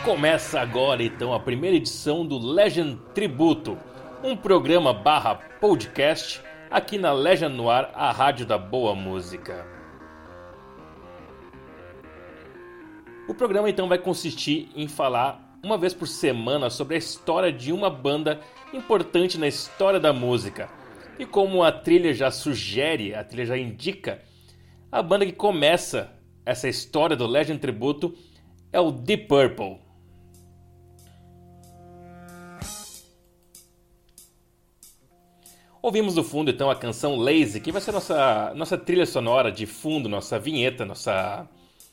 Começa agora então a primeira edição do Legend Tributo, um programa / podcast aqui na Legend Noir, a rádio da boa música. O programa então vai consistir em falar uma vez por semana sobre a história de uma banda importante na história da música. E como a trilha já sugere, a trilha já indica, a banda que começa essa história do Legend Tributo é o Deep Purple. Ouvimos no fundo então a canção Lazy, que vai ser nossa trilha sonora de fundo, nossa vinheta, nossa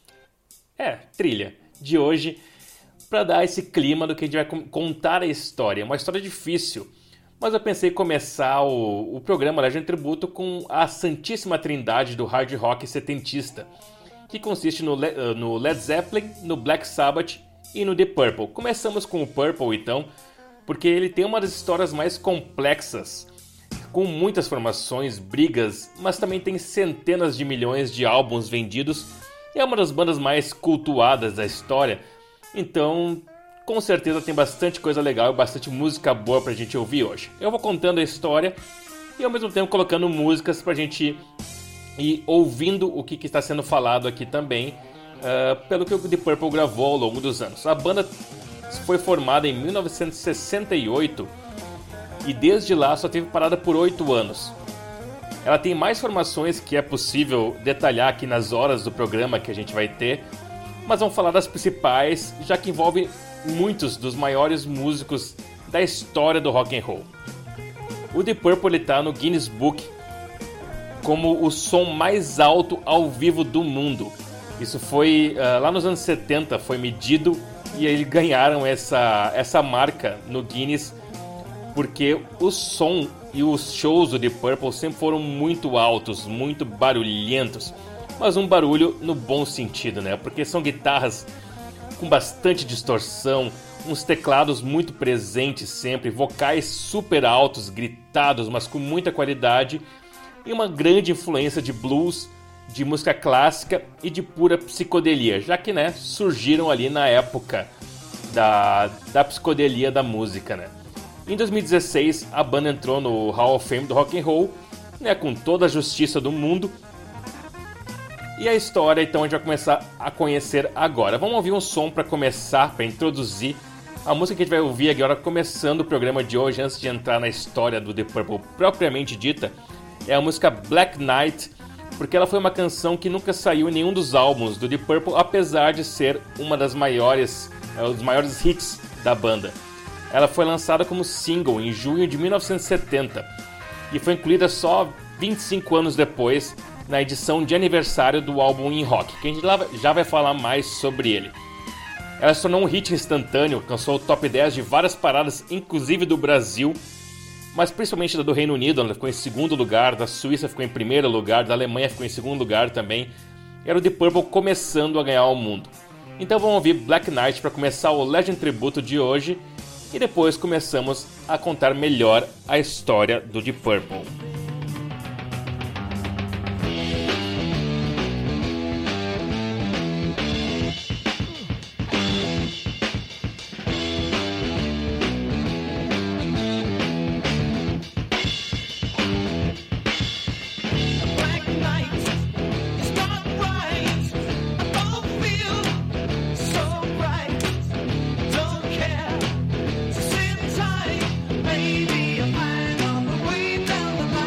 trilha de hoje, para dar esse clima do que a gente vai contar a história. É uma história difícil, mas eu pensei em começar o programa Legend Tributo com a santíssima trindade do hard rock setentista, que consiste no Led Zeppelin, no Black Sabbath e no Deep Purple. Começamos com o Purple então, porque ele tem uma das histórias mais complexas, com muitas formações, brigas, mas também tem centenas de milhões de álbuns vendidos e é uma das bandas mais cultuadas da história. Então, com certeza tem bastante coisa legal e bastante música boa pra gente ouvir hoje. Eu vou contando a história e ao mesmo tempo colocando músicas pra gente ir ouvindo o que está sendo falado aqui também, pelo que o Deep Purple gravou ao longo dos anos. A banda foi formada em 1968 e desde lá só teve parada por 8 anos. Ela tem mais formações que é possível detalhar aqui nas horas do programa que a gente vai ter, mas vamos falar das principais, já que envolve muitos dos maiores músicos da história do rock and roll. O Deep Purple está no Guinness Book como o som mais alto ao vivo do mundo. Isso foi lá nos anos 70, foi medido e eles ganharam essa marca no Guinness, porque o som e os shows do Deep Purple sempre foram muito altos, muito barulhentos, mas um barulho no bom sentido, né? Porque são guitarras com bastante distorção, uns teclados muito presentes sempre, vocais super altos, gritados, mas com muita qualidade, e uma grande influência de blues, de música clássica e de pura psicodelia, já que surgiram ali na época da psicodelia da música, né? Em 2016, a banda entrou no Hall of Fame do Rock and Roll, com toda a justiça do mundo. E a história, então, a gente vai começar a conhecer agora. Vamos ouvir um som para começar, para introduzir a música que a gente vai ouvir agora, começando o programa de hoje, antes de entrar na história do Deep Purple propriamente dita. É a música Black Knight, porque ela foi uma canção que nunca saiu em nenhum dos álbuns do Deep Purple, apesar de ser uma das maiores, os maiores hits da banda. Ela foi lançada como single em junho de 1970 e foi incluída só 25 anos depois na edição de aniversário do álbum In Rock, que a gente já vai falar mais sobre ele. Ela se tornou um hit instantâneo, alcançou o top 10 de várias paradas, inclusive do Brasil, mas principalmente da do Reino Unido, ela ficou em segundo lugar, da Suíça ficou em primeiro lugar, da Alemanha ficou em segundo lugar também. Era o Deep Purple começando a ganhar o mundo. Então vamos ouvir Black Knight para começar o Legend Tributo de hoje, e depois começamos a contar melhor a história do Deep Purple. Maybe a line on the way down the line.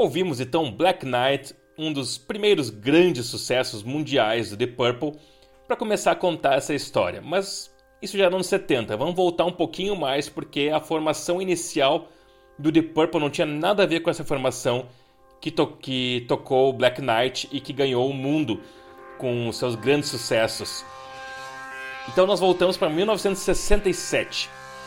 Ouvimos então Black Knight, um dos primeiros grandes sucessos mundiais do The Purple, para começar a contar essa história. Mas isso já era nos 70, vamos voltar um pouquinho mais porque a formação inicial do The Purple não tinha nada a ver com essa formação que tocou Black Knight e que ganhou o mundo com seus grandes sucessos. Então nós voltamos para 1967.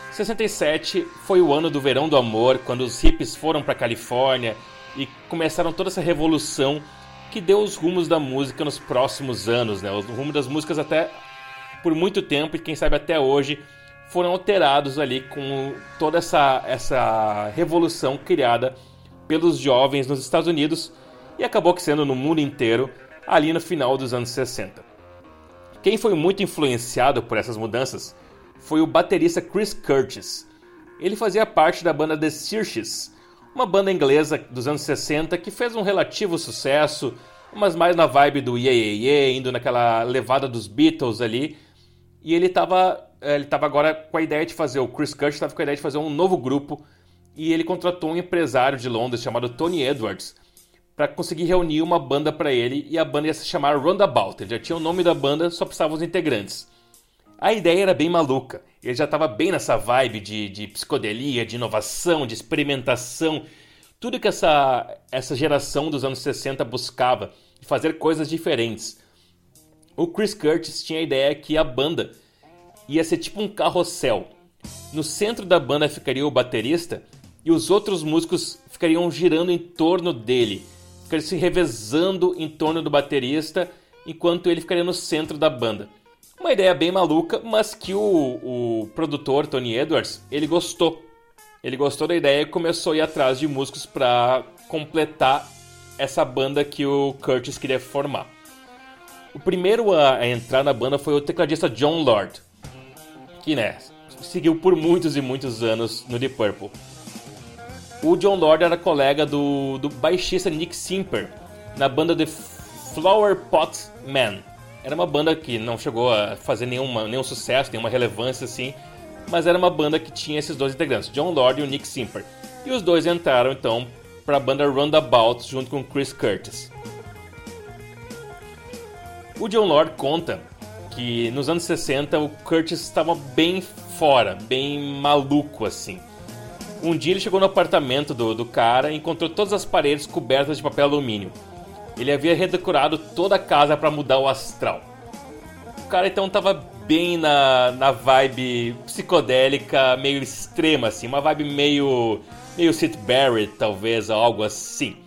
67 foi o ano do Verão do Amor, quando os hippies foram para a Califórnia e começaram toda essa revolução que deu os rumos da música nos próximos anos, né? Os rumos das músicas até por muito tempo e quem sabe até hoje foram alterados ali com toda essa revolução criada pelos jovens nos Estados Unidos e acabou que sendo no mundo inteiro ali no final dos anos 60. Quem foi muito influenciado por essas mudanças foi o baterista Chris Curtis. Ele fazia parte da banda The Searchers, uma banda inglesa dos anos 60 que fez um relativo sucesso, mas mais na vibe do Yeah Yeah Yeah, indo naquela levada dos Beatles ali. E ele estava agora com a ideia de fazer, o Chris Curtis estava com a ideia de fazer um novo grupo e ele contratou um empresário de Londres chamado Tony Edwards para conseguir reunir uma banda para ele e a banda ia se chamar Roundabout. Ele já tinha o nome da banda, só precisavam os integrantes. A ideia era bem maluca, ele já estava bem nessa vibe de psicodelia, de inovação, de experimentação, tudo que essa geração dos anos 60 buscava, de fazer coisas diferentes. O Chris Curtis tinha a ideia que a banda ia ser tipo um carrossel. No centro da banda ficaria o baterista e os outros músicos ficariam girando em torno dele, ficariam se revezando em torno do baterista, enquanto ele ficaria no centro da banda. Uma ideia bem maluca, mas que o produtor, Tony Edwards, ele gostou. Ele gostou da ideia e começou a ir atrás de músicos para completar essa banda que o Curtis queria formar. O primeiro a entrar na banda foi o tecladista Jon Lord, que seguiu por muitos e muitos anos no The Purple. O Jon Lord era colega do baixista Nick Simper, na banda The Flower Pot Men. Era uma banda que não chegou a fazer nenhum sucesso, nenhuma relevância assim, mas era uma banda que tinha esses dois integrantes, Jon Lord e o Nick Simper. E os dois entraram então para a banda Roundabout junto com Chris Curtis. O Jon Lord conta que nos anos 60 o Curtis estava bem fora, bem maluco assim. Um dia ele chegou no apartamento do cara e encontrou todas as paredes cobertas de papel alumínio. Ele havia redecorado toda a casa para mudar o astral. O cara então estava bem na vibe psicodélica, meio extrema assim, uma vibe meio Syd Barrett talvez, algo assim.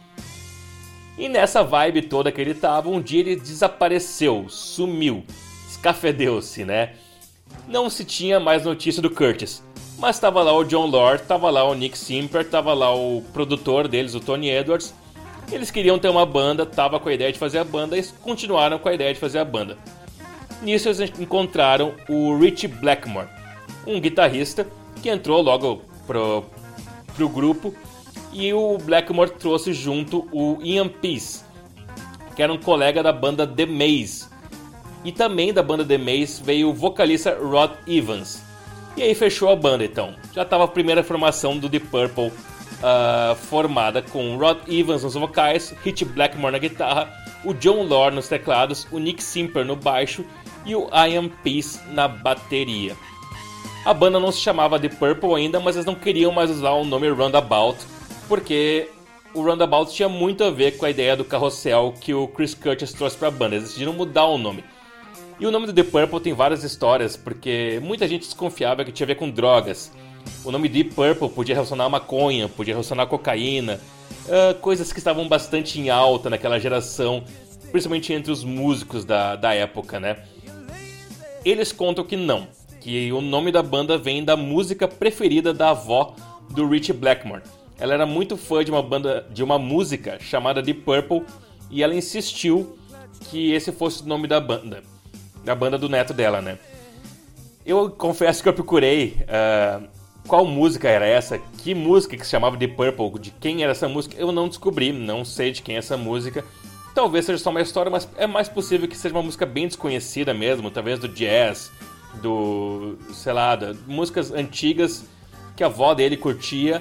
E nessa vibe toda que ele estava, um dia ele desapareceu, sumiu, escafedeu-se, né? Não se tinha mais notícia do Curtis, mas estava lá o Jon Lord, estava lá o Nick Simper, estava lá o produtor deles, o Tony Edwards. Eles queriam ter uma banda, tava com a ideia de fazer a banda e continuaram com a ideia de fazer a banda. Nisso eles encontraram o Ritchie Blackmore, um guitarrista que entrou logo pro grupo, e o Blackmore trouxe junto o Ian Peace, que era um colega da banda The Maze. E também da banda The Maze veio o vocalista Rod Evans. E aí fechou a banda então. Já estava a primeira formação do The Purple formada com Rod Evans nos vocais, Ritchie Blackmore na guitarra, o Jon Lord nos teclados, o Nick Simper no baixo e o Ian Peace na bateria. A banda não se chamava The Purple ainda, mas eles não queriam mais usar o nome Roundabout, porque o Roundabout tinha muito a ver com a ideia do carrossel que o Chris Curtis trouxe para a banda. Eles decidiram mudar o nome. E o nome do The Purple tem várias histórias, porque muita gente desconfiava que tinha a ver com drogas. O nome The Purple podia relacionar a maconha, podia relacionar a cocaína, coisas que estavam bastante em alta naquela geração, principalmente entre os músicos da época, né? Eles contam que não, que o nome da banda vem da música preferida da avó do Ritchie Blackmore. Ela era muito fã de uma música chamada The Purple e ela insistiu que esse fosse o nome da banda do neto dela, né? Eu confesso que eu procurei qual música era essa, que música que se chamava The Purple, de quem era essa música, eu não descobri, não sei de quem é essa música. Talvez seja só uma história, mas é mais possível que seja uma música bem desconhecida mesmo, talvez do jazz, músicas antigas que a avó dele curtia,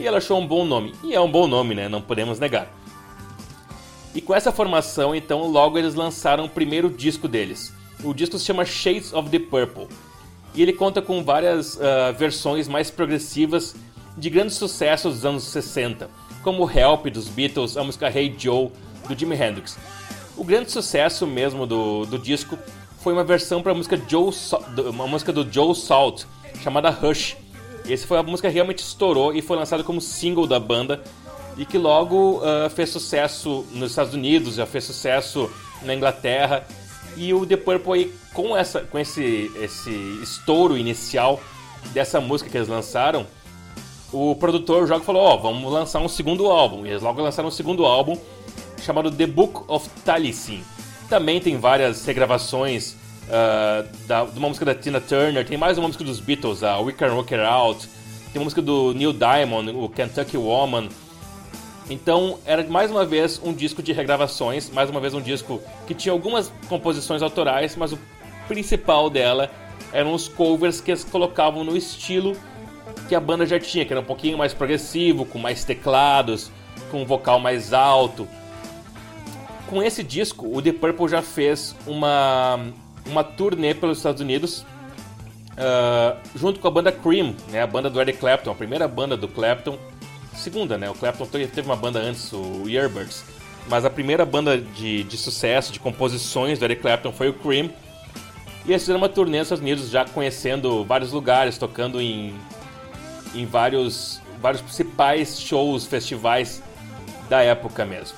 e ela achou um bom nome. E é um bom nome, né? Não podemos negar. E com essa formação, então, logo eles lançaram o primeiro disco deles. O disco se chama Shades of the Purple. E ele conta com várias versões mais progressivas de grandes sucessos dos anos 60, como Help, dos Beatles, a música Hey Joe, do Jimi Hendrix. O grande sucesso mesmo do disco foi uma versão para uma música do Joe Salt, chamada Hush. Essa foi a música que realmente estourou e foi lançada como single da banda, e que logo fez sucesso nos Estados Unidos, já fez sucesso na Inglaterra. E o The Purple aí, com esse estouro inicial dessa música que eles lançaram, o produtor joga falou, vamos lançar um segundo álbum. E eles logo lançaram um segundo álbum chamado The Book of Taliesin. Também tem várias regravações de uma música da Tina Turner, tem mais uma música dos Beatles, a We Can Rock It Out, tem uma música do Neil Diamond, o Kentucky Woman. Então era mais uma vez um disco de regravações, mais uma vez um disco que tinha algumas composições autorais, mas o principal dela eram os covers que eles colocavam no estilo que a banda já tinha, que era um pouquinho mais progressivo, com mais teclados, com um vocal mais alto. Com esse disco, o The Purple já fez uma turnê pelos Estados Unidos, junto com a banda Cream, né, a banda do Eric Clapton, a primeira banda do Clapton. Segunda, né? O Clapton teve uma banda antes, o Yardbirds. Mas a primeira banda de sucesso, de composições do Eric Clapton foi o Cream. E eles fizeram uma turnê nos Estados Unidos, já conhecendo vários lugares, tocando em vários principais shows, festivais da época mesmo.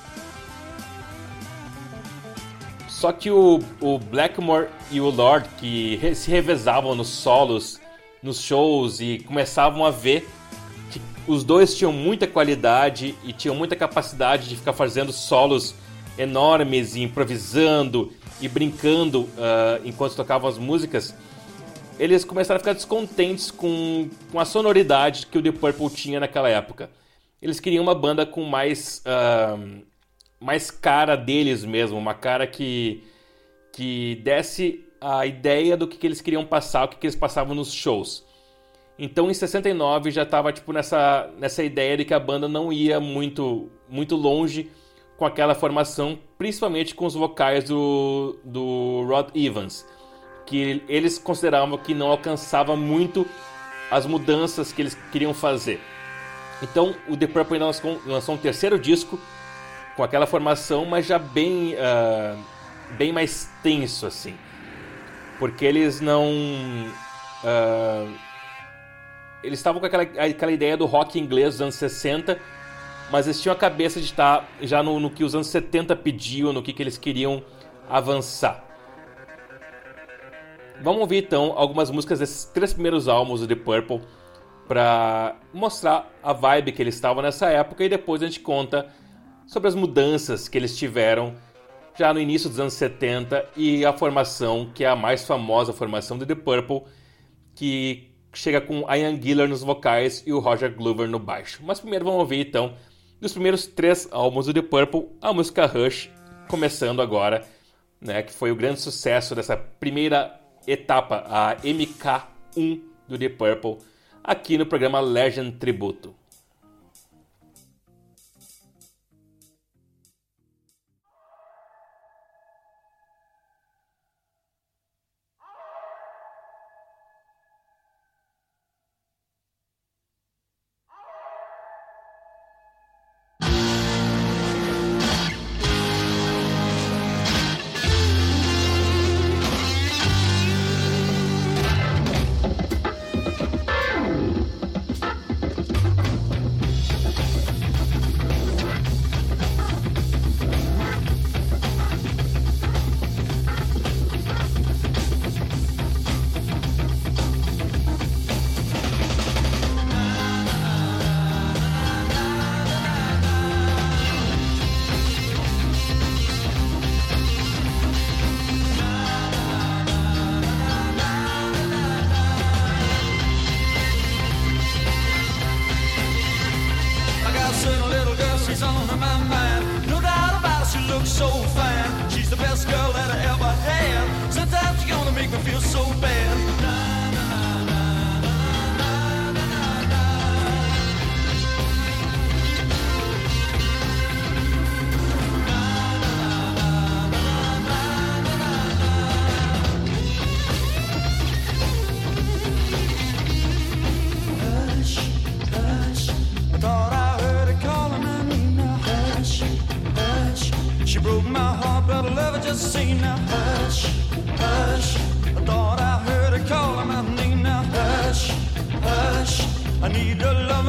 Só que o Blackmore e o Lord, que se revezavam nos solos, nos shows, e começavam a ver que os dois tinham muita qualidade e tinham muita capacidade de ficar fazendo solos enormes, e improvisando e brincando enquanto tocavam as músicas, eles começaram a ficar descontentes com a sonoridade que o The Purple tinha naquela época. Eles queriam uma banda com mais cara deles mesmo, uma cara que desse a ideia do que eles queriam passar, o que eles passavam nos shows. Então em 69 já estava tipo, nessa ideia de que a banda não ia muito longe com aquela formação, principalmente com os vocais do Rod Evans, que eles consideravam que não alcançava muito as mudanças que eles queriam fazer. Então o The Purple ainda lançou um terceiro disco com aquela formação, mas já bem mais tenso assim, porque eles não eles estavam com aquela ideia do rock inglês dos anos 60, mas eles tinham a cabeça de estar já no que os anos 70 pediam, no que eles queriam avançar. Vamos ouvir então algumas músicas desses 3 primeiros álbuns do The Purple para mostrar a vibe que eles estavam nessa época, e depois a gente conta sobre as mudanças que eles tiveram já no início dos anos 70 e a formação, que é a mais famosa formação do The Purple, que chega com Ian Gillan nos vocais e o Roger Glover no baixo. Mas primeiro vamos ouvir então dos primeiros 3 álbuns do The Purple, a música Rush, começando agora, né, que foi o grande sucesso dessa primeira etapa, a MK1 do The Purple, aqui no programa Legend Tributo.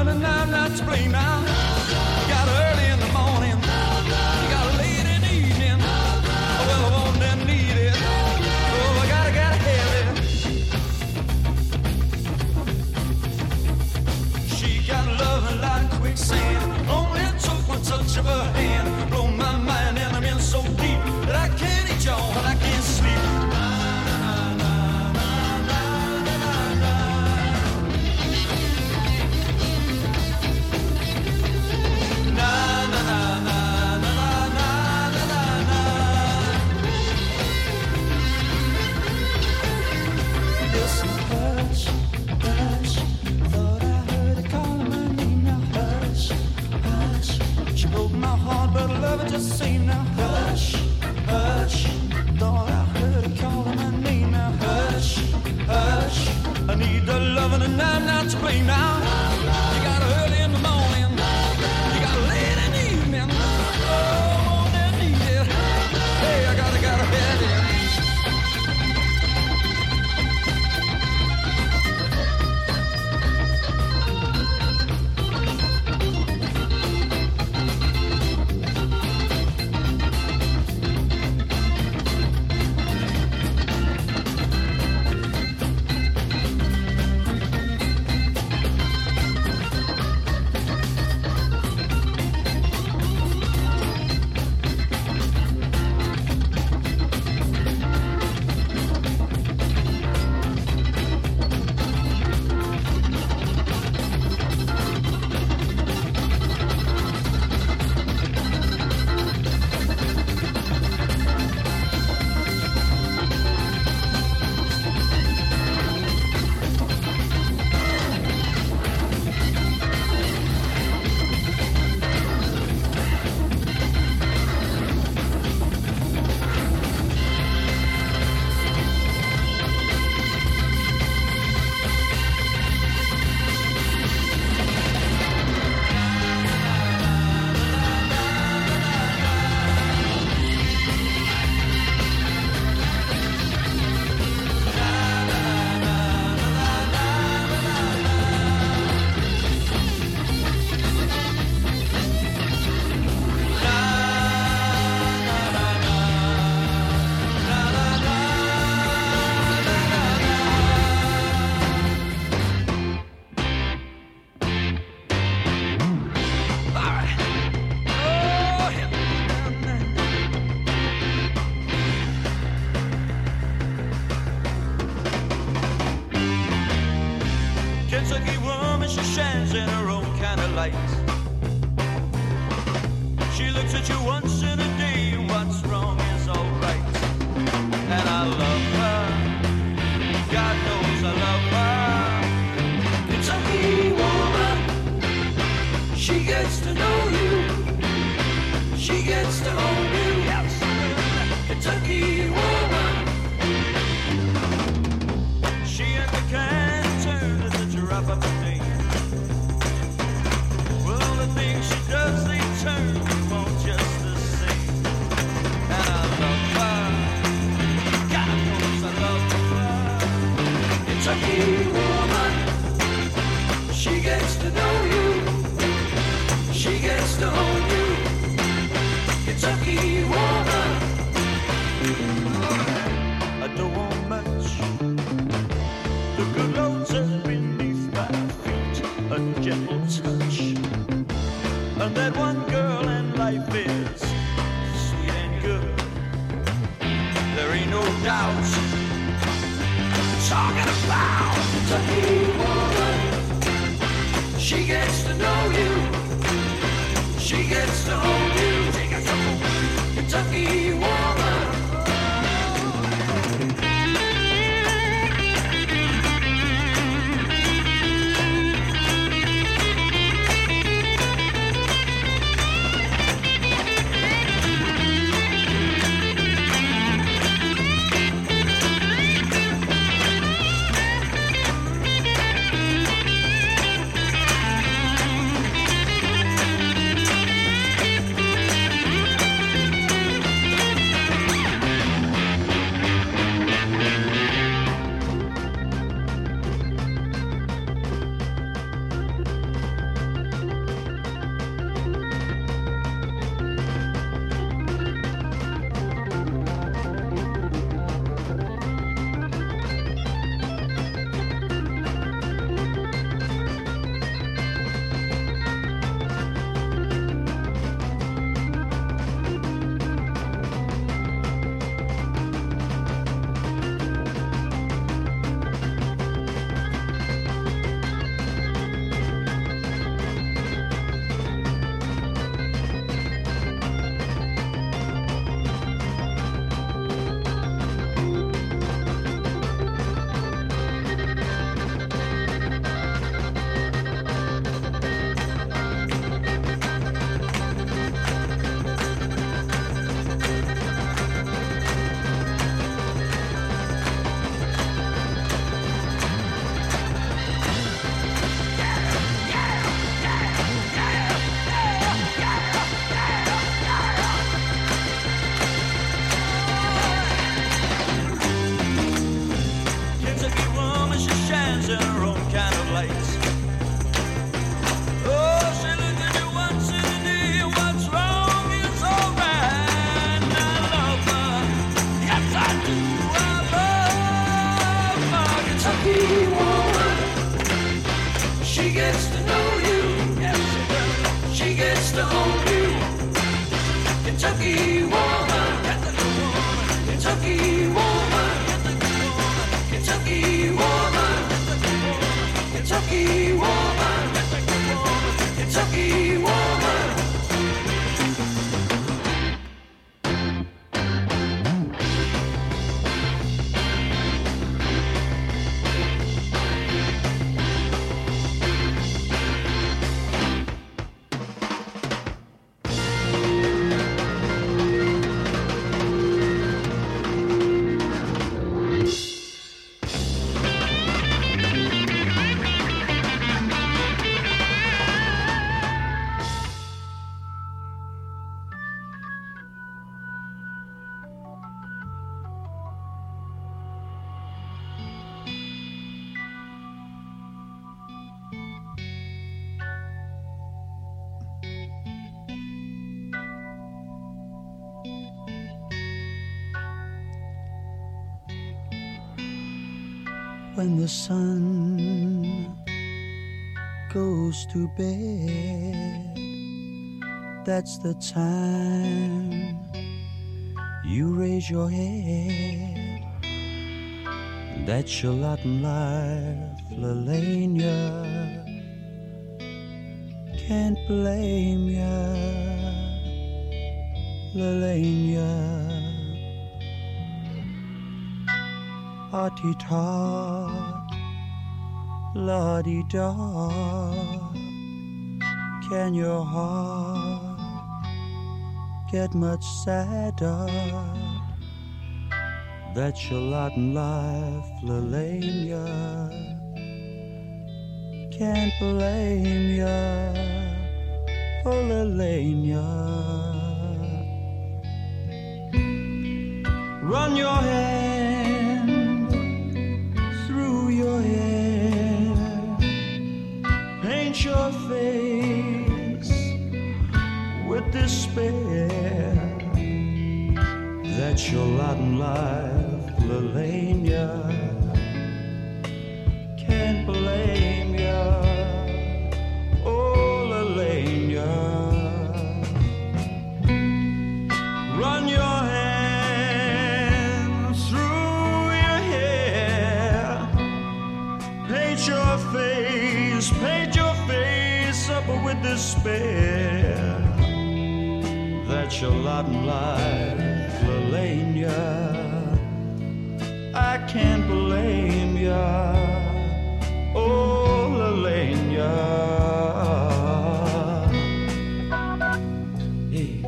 loving, and I'm not to blame now. You got early in the morning, you got late in the evening. Oh, well, I want and need it. Oh, I gotta have it. She got loving like quicksand. Only took one touch of her hand. Blow my mind and I'm in so deep that I can't eat y'all and I can't sleep. But love it just seemed now. Hush, hush. Thought I heard her calling my name now. Hush, hush. I need the loving and I'm not to blame now. You got early in the morning, you got late in the evening. Oh, I need it. Hey, I gotta have it. Kentucky woman, she shines in her own kind of light. She looks at you once in a day, what's wrong is alright. And I love her, God knows I love her. Kentucky woman, she gets to know you, she gets to own you. Yes, Kentucky woman, she ain't the kind turn at the drop of a thing. Well, the things she does, they turn you on just the same. And I love her, God knows I love her. Kentucky woman, she gets to know you, she gets to own you. Kentucky woman, I don't want much. The good Lord's are beneath my feet, a gentle touch. And that one girl in life is sweet and good. There ain't no doubt. Talking about Kentucky woman, she gets to know you, she gets to own you. Take a couple, Kentucky woman. Kentucky woman. She gets to know you, yes she does. She gets to own you. Kentucky woman, Kentucky woman, Kentucky woman, Kentucky woman, Kentucky woman. When the sun goes to bed, that's the time you raise your head. That's your lot in life, Lelania. Can't blame ya, Lelania. Hearty-tot, la-di-da. Can your heart get much sadder? That's your lot in life, Lelania. Can't blame ya, oh Lelania. Run your hand through your hair, paint your face with despair. That's your lot in life, Lelania. Can't blame ya, oh Lelania. Run your hand through your hair, paint your face up with despair. That's your lot in life, Lelania. I can't blame ya, oh Lelania. Hey.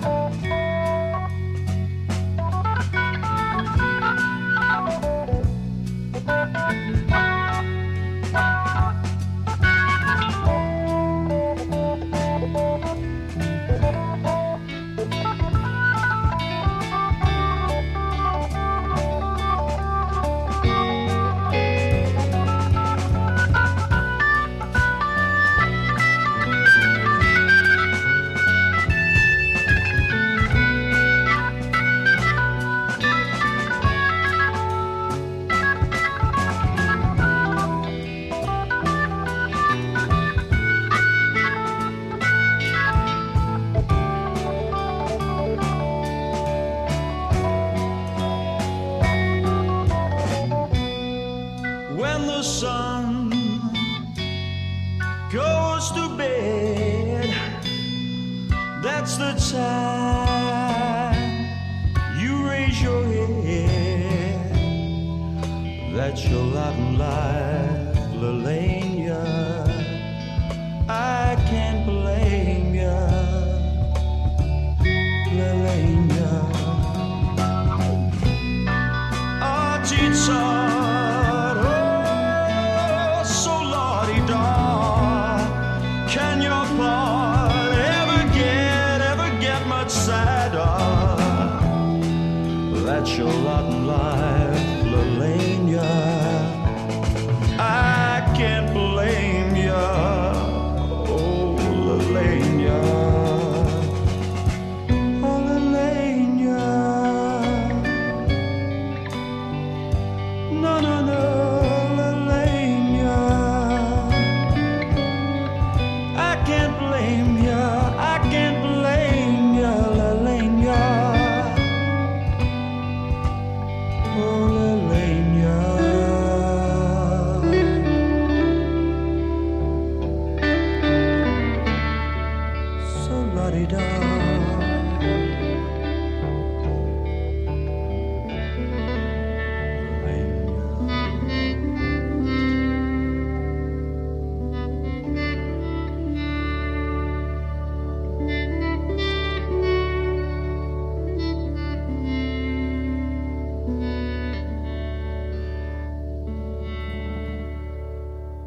When the sun goes to bed, that's the time you raise your head. That's your lot in life, Lelania. I can't blame ya, Lelania. Artitsar, oh, so la-di-da. Can your part ever get much sadder? That's your lot in life, Lelania. I can't blame ya, oh Lelania. Oh Lelania. No, no, no,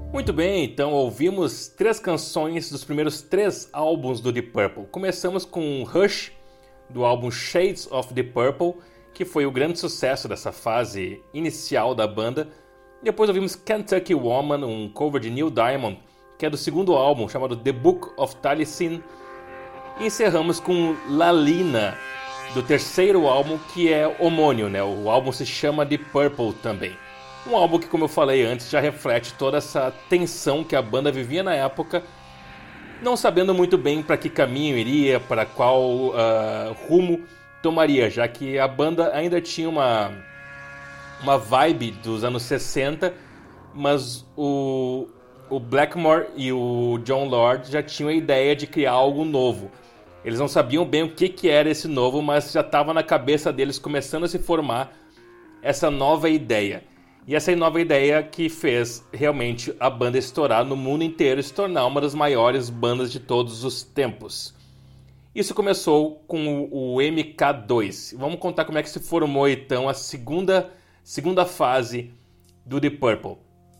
Muito bem, então ouvimos 3 canções dos primeiros 3 álbuns do Deep Purple. Começamos com Rush, do álbum Shades of Deep Purple, que foi o grande sucesso dessa fase inicial da banda. Depois ouvimos Kentucky Woman, um cover de Neil Diamond, que é do segundo álbum, chamado The Book of Taliesin. E encerramos com Lalina, do terceiro álbum, que é homônimo, né? O álbum se chama Deep Purple também. Um álbum que, como eu falei antes, já reflete toda essa tensão que a banda vivia na época, não sabendo muito bem para que caminho iria, para qual rumo tomaria, já que a banda ainda tinha uma vibe dos anos 60, mas o Blackmore e o Jon Lord já tinham a ideia de criar algo novo. Eles não sabiam bem o que era esse novo, mas já estava na cabeça deles começando a se formar essa nova ideia. E essa nova ideia que fez realmente a banda estourar no mundo inteiro e se tornar uma das maiores bandas de todos os tempos. Isso começou com o MK2. Vamos contar como é que se formou então a segunda fase do Deep Purple.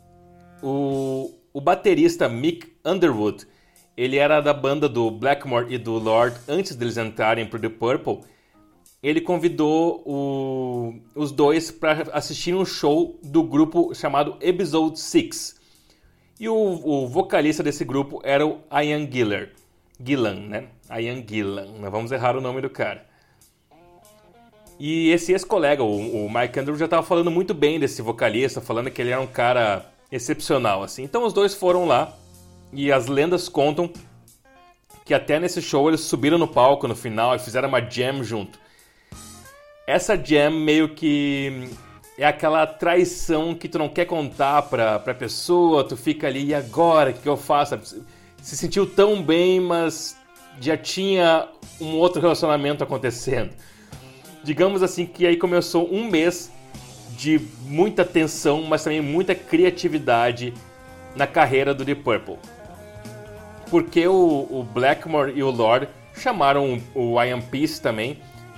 O baterista Mick Underwood, ele era da banda do Blackmore e do Lord antes deles entrarem para o Deep Purple. Ele convidou os dois para assistir um show do grupo chamado Episode 6. E o vocalista desse grupo era o Ian Gillan, né? Ian Gillan, não vamos errar o nome do cara. E esse ex-colega, o Mike Underwood, já estava falando muito bem desse vocalista, falando que ele era um cara excepcional, assim. Então os dois foram lá e as lendas contam que até nesse show eles subiram no palco no final e fizeram uma jam junto. Essa jam meio que é aquela traição que tu não quer contar pra pessoa, tu fica ali, e agora, o que eu faço? Se sentiu tão bem, mas já tinha um outro relacionamento acontecendo. Digamos assim que aí começou um mês de muita tensão, mas também muita criatividade na carreira do Deep Purple. Porque o Blackmore e o Lord chamaram o Ian Peace também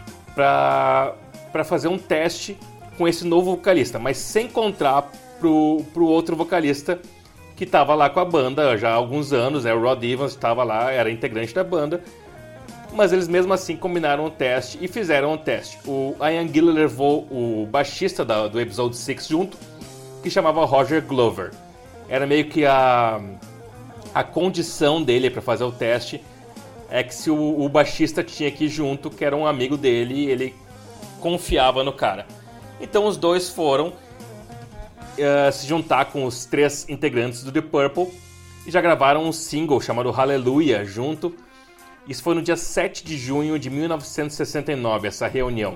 para fazer um teste com esse novo vocalista, mas sem contar pro outro vocalista que estava lá com a banda já há alguns anos, né? O Rod Evans estava lá, era integrante da banda, mas eles mesmo assim combinaram o teste e fizeram o teste. O Ian Gillan levou o baixista do Episode 6 junto, que chamava Roger Glover. Era meio que a condição dele para fazer o teste é que se o baixista tinha que ir junto, que era um amigo dele, ele confiava no cara. Então os dois foram se juntar com os 3 integrantes do Deep Purple e já gravaram um single chamado Hallelujah junto. Isso foi no dia 7 de junho de 1969, essa reunião.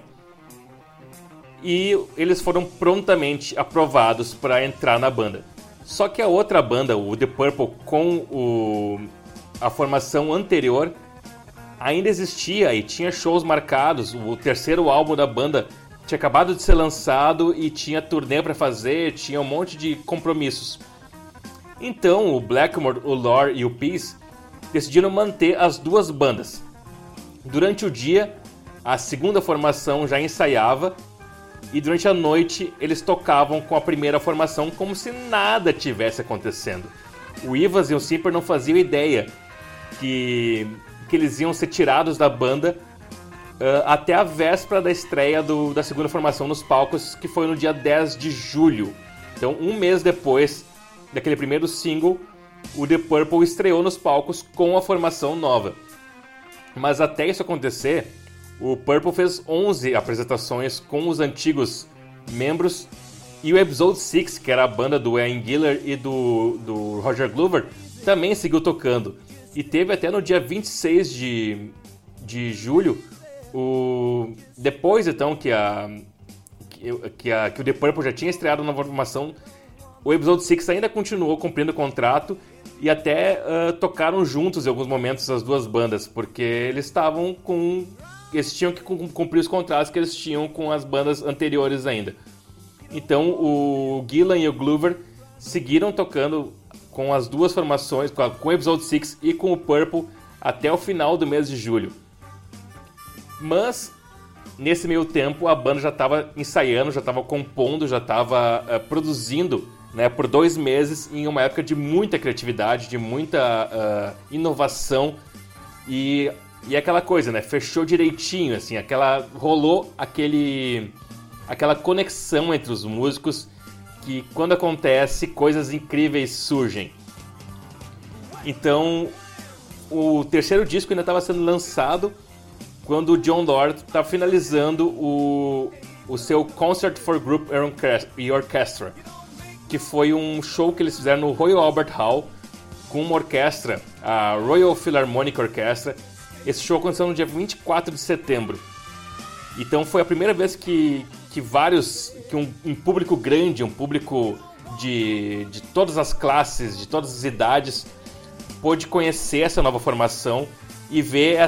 E eles foram prontamente aprovados para entrar na banda. Só que a outra banda, o Deep Purple, com a formação anterior, ainda existia e tinha shows marcados. O terceiro álbum da banda tinha acabado de ser lançado e tinha turnê para fazer, tinha um monte de compromissos. Então o Blackmore, o Lord e o Peace decidiram manter as duas bandas. Durante o dia, a segunda formação já ensaiava e durante a noite eles tocavam com a primeira formação como se nada tivesse acontecendo. O Evans e o Simper não faziam ideia que eles iam ser tirados da banda até a véspera da estreia da segunda formação nos palcos, que foi no dia 10 de julho. Então, um mês depois daquele primeiro single, o Deep Purple estreou nos palcos com a formação nova. Mas até isso acontecer, o Purple fez 11 apresentações com os antigos membros e o Episode 6, que era a banda do Ian Gillan e do Roger Glover, também seguiu tocando. E teve até no dia 26 de julho, depois então que o The Purple já tinha estreado na formação, o Episode 6 ainda continuou cumprindo o contrato e até tocaram juntos em alguns momentos as duas bandas, porque eles tinham que cumprir os contratos que eles tinham com as bandas anteriores ainda. Então o Gillan e o Glover seguiram tocando com as duas formações, com o Episode 6 e com o Purple, até o final do mês de julho. Mas, nesse meio tempo, a banda já estava ensaiando, já estava compondo, já estava produzindo né, por 2 meses, em uma época de muita criatividade, de muita inovação e aquela coisa, né, fechou direitinho, assim, rolou aquela conexão entre os músicos que quando acontece, coisas incríveis surgem. Então, o terceiro disco ainda estava sendo lançado quando o Jon Lord estava finalizando o seu Concert for Group e Orchestra, que foi um show que eles fizeram no Royal Albert Hall com uma orquestra, a Royal Philharmonic Orchestra. Esse show aconteceu no dia 24 de setembro. Então foi a primeira vez que um público grande, um público de todas as classes, de todas as idades, pôde conhecer essa nova formação e ver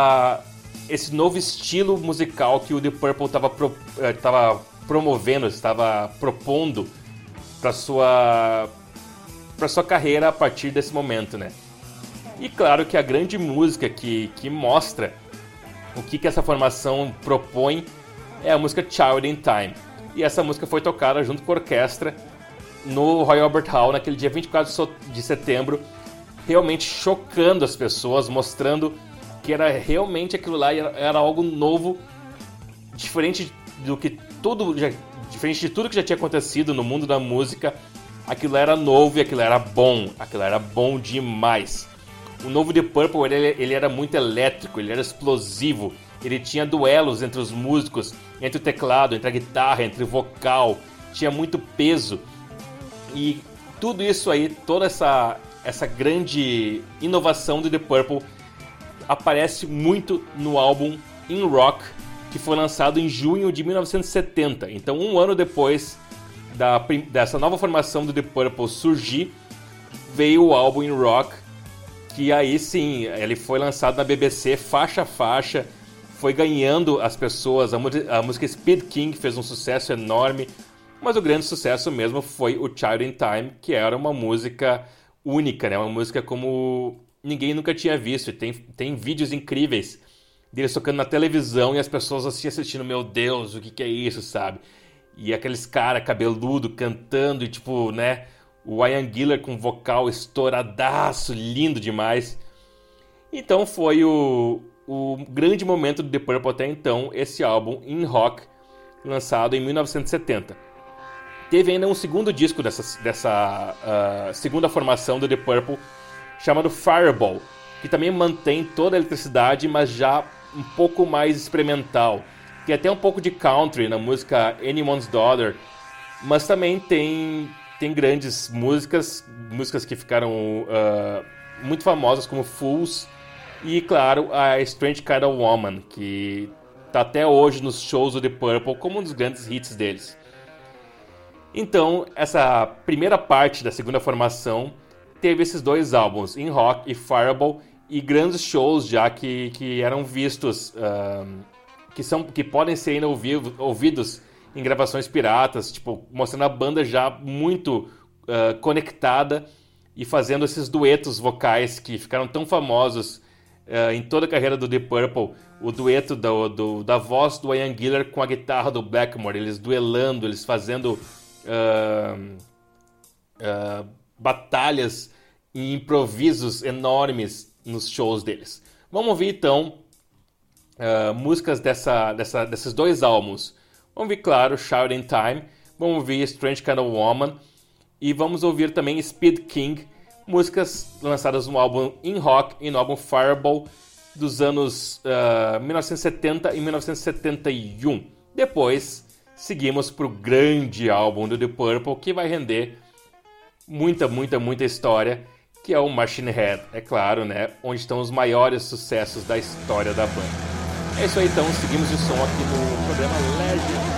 esse novo estilo musical que o Deep Purple estava promovendo, estava propondo para sua carreira a partir desse momento, né? E claro que a grande música que mostra o que essa formação propõe é a música Child in Time. E essa música foi tocada junto com a orquestra no Royal Albert Hall naquele dia 24 de setembro, realmente chocando as pessoas, mostrando que era realmente aquilo lá, era algo novo, diferente de tudo que já tinha acontecido no mundo da música. Aquilo era novo e aquilo era bom demais. O novo Deep Purple, ele era muito elétrico, ele era explosivo, ele tinha duelos entre os músicos, entre o teclado, entre a guitarra, entre o vocal, tinha muito peso. E tudo isso aí, toda essa grande inovação do Deep Purple aparece muito no álbum In Rock, que foi lançado em junho de 1970. Então, um ano depois dessa nova formação do Deep Purple surgir, veio o álbum In Rock, que aí sim, ele foi lançado na BBC faixa a faixa, foi ganhando as pessoas. A música Speed King fez um sucesso enorme, mas o grande sucesso mesmo foi o Child in Time, que era uma música única, né? Uma música como ninguém nunca tinha visto. Tem vídeos incríveis deles tocando na televisão e as pessoas assim assistindo, meu Deus, o que é isso, sabe? E aqueles caras cabeludo cantando e tipo, né? O Ian Gillan com vocal estouradaço, lindo demais. Então foi o grande momento do The Purple até então, esse álbum In Rock, lançado em 1970. Teve ainda um segundo disco dessa segunda formação do The Purple, chamado Fireball, que também mantém toda a eletricidade, mas já um pouco mais experimental. Tem até um pouco de country na música Anyone's Daughter, mas também tem grandes músicas que ficaram muito famosas, como Fools, e claro, a Strange Kind of Woman, que está até hoje nos shows do The Purple como um dos grandes hits deles. Então, essa primeira parte da segunda formação teve esses dois álbuns, In Rock e Fireball, e grandes shows já que eram vistos, que podem ser ainda ouvidos em gravações piratas, tipo, mostrando a banda já muito conectada e fazendo esses duetos vocais que ficaram tão famosos em toda a carreira do Deep Purple. O dueto da voz do Ian Gillan com a guitarra do Blackmore, eles duelando, eles fazendo batalhas e improvisos enormes nos shows deles. Vamos ouvir então músicas desses dois álbuns. Vamos ouvir, claro, Child in Time, vamos ouvir Strange Kind of Woman e vamos ouvir também Speed King, músicas lançadas no álbum In Rock e no álbum Fireball dos anos 1970 e 1971. Depois seguimos para o grande álbum do The Purple, que vai render muita história, que é o Machine Head, é claro, né? Onde estão os maiores sucessos da história da banda. É isso aí, então, seguimos o som aqui no programa Legend.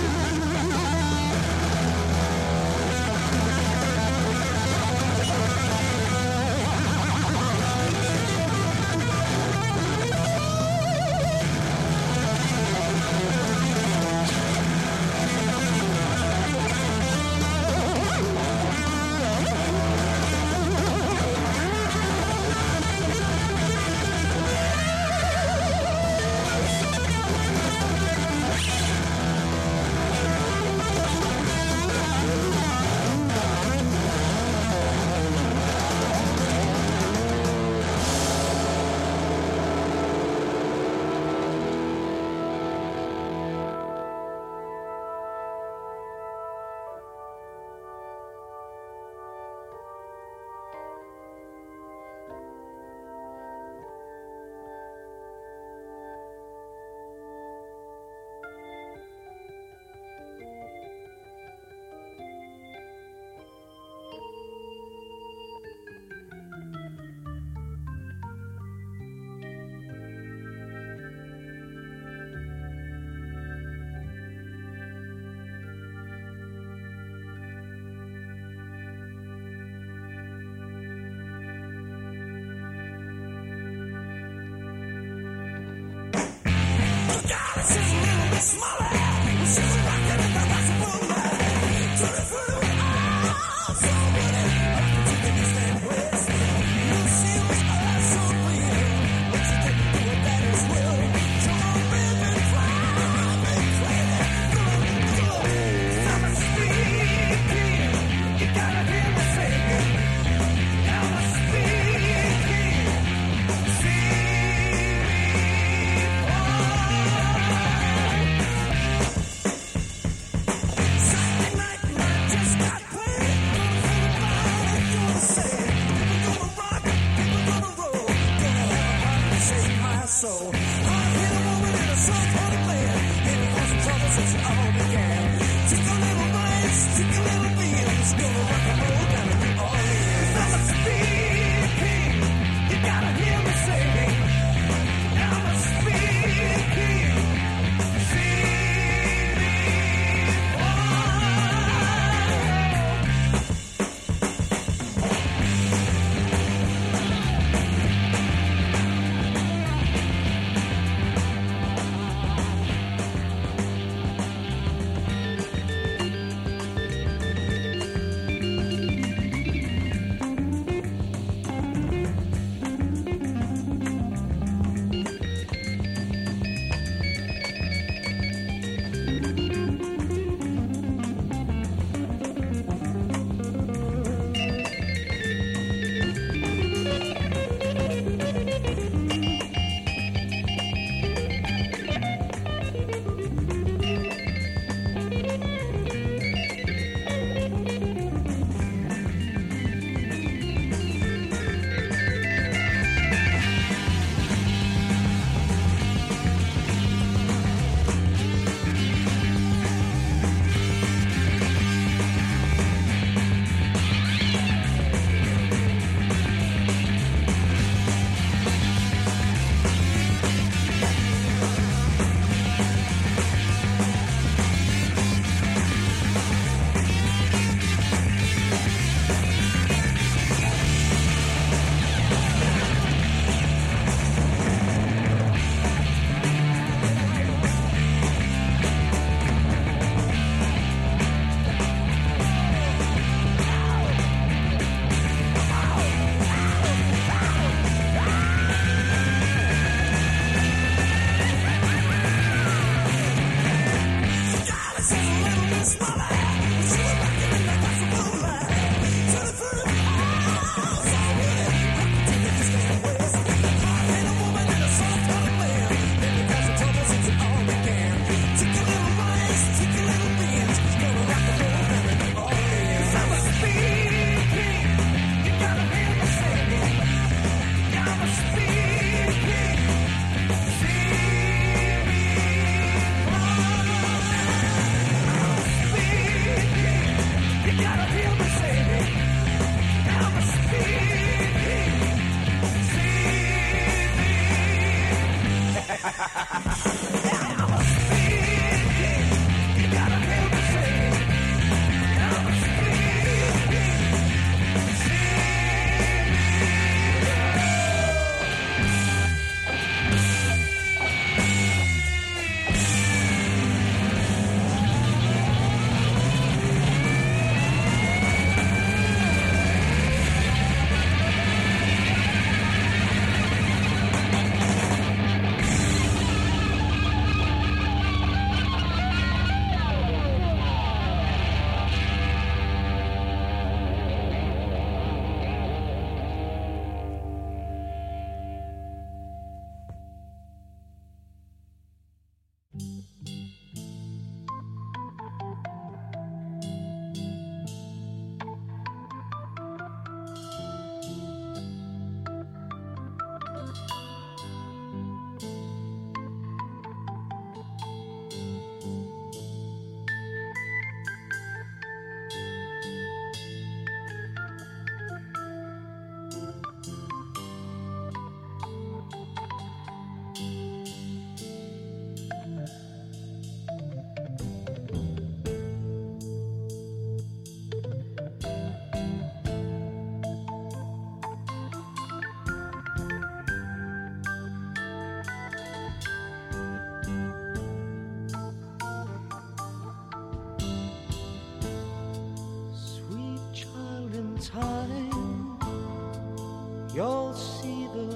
time, you'll see the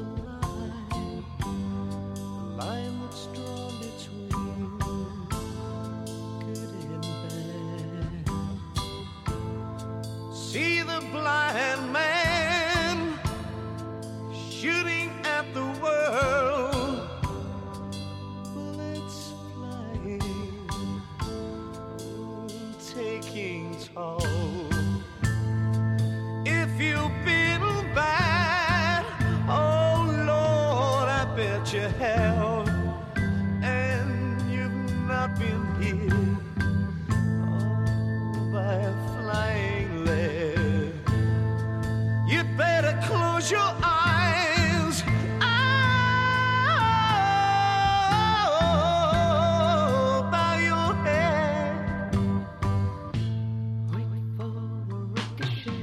line that's drawn between good and bad. See the blind man shooting at the world, bullets flying, taking toll. If you've been bad, oh Lord, I bet you have, and you've not been hit by a flying lead. You'd better close your eyes, oh, bow your head, wait for the ricochet.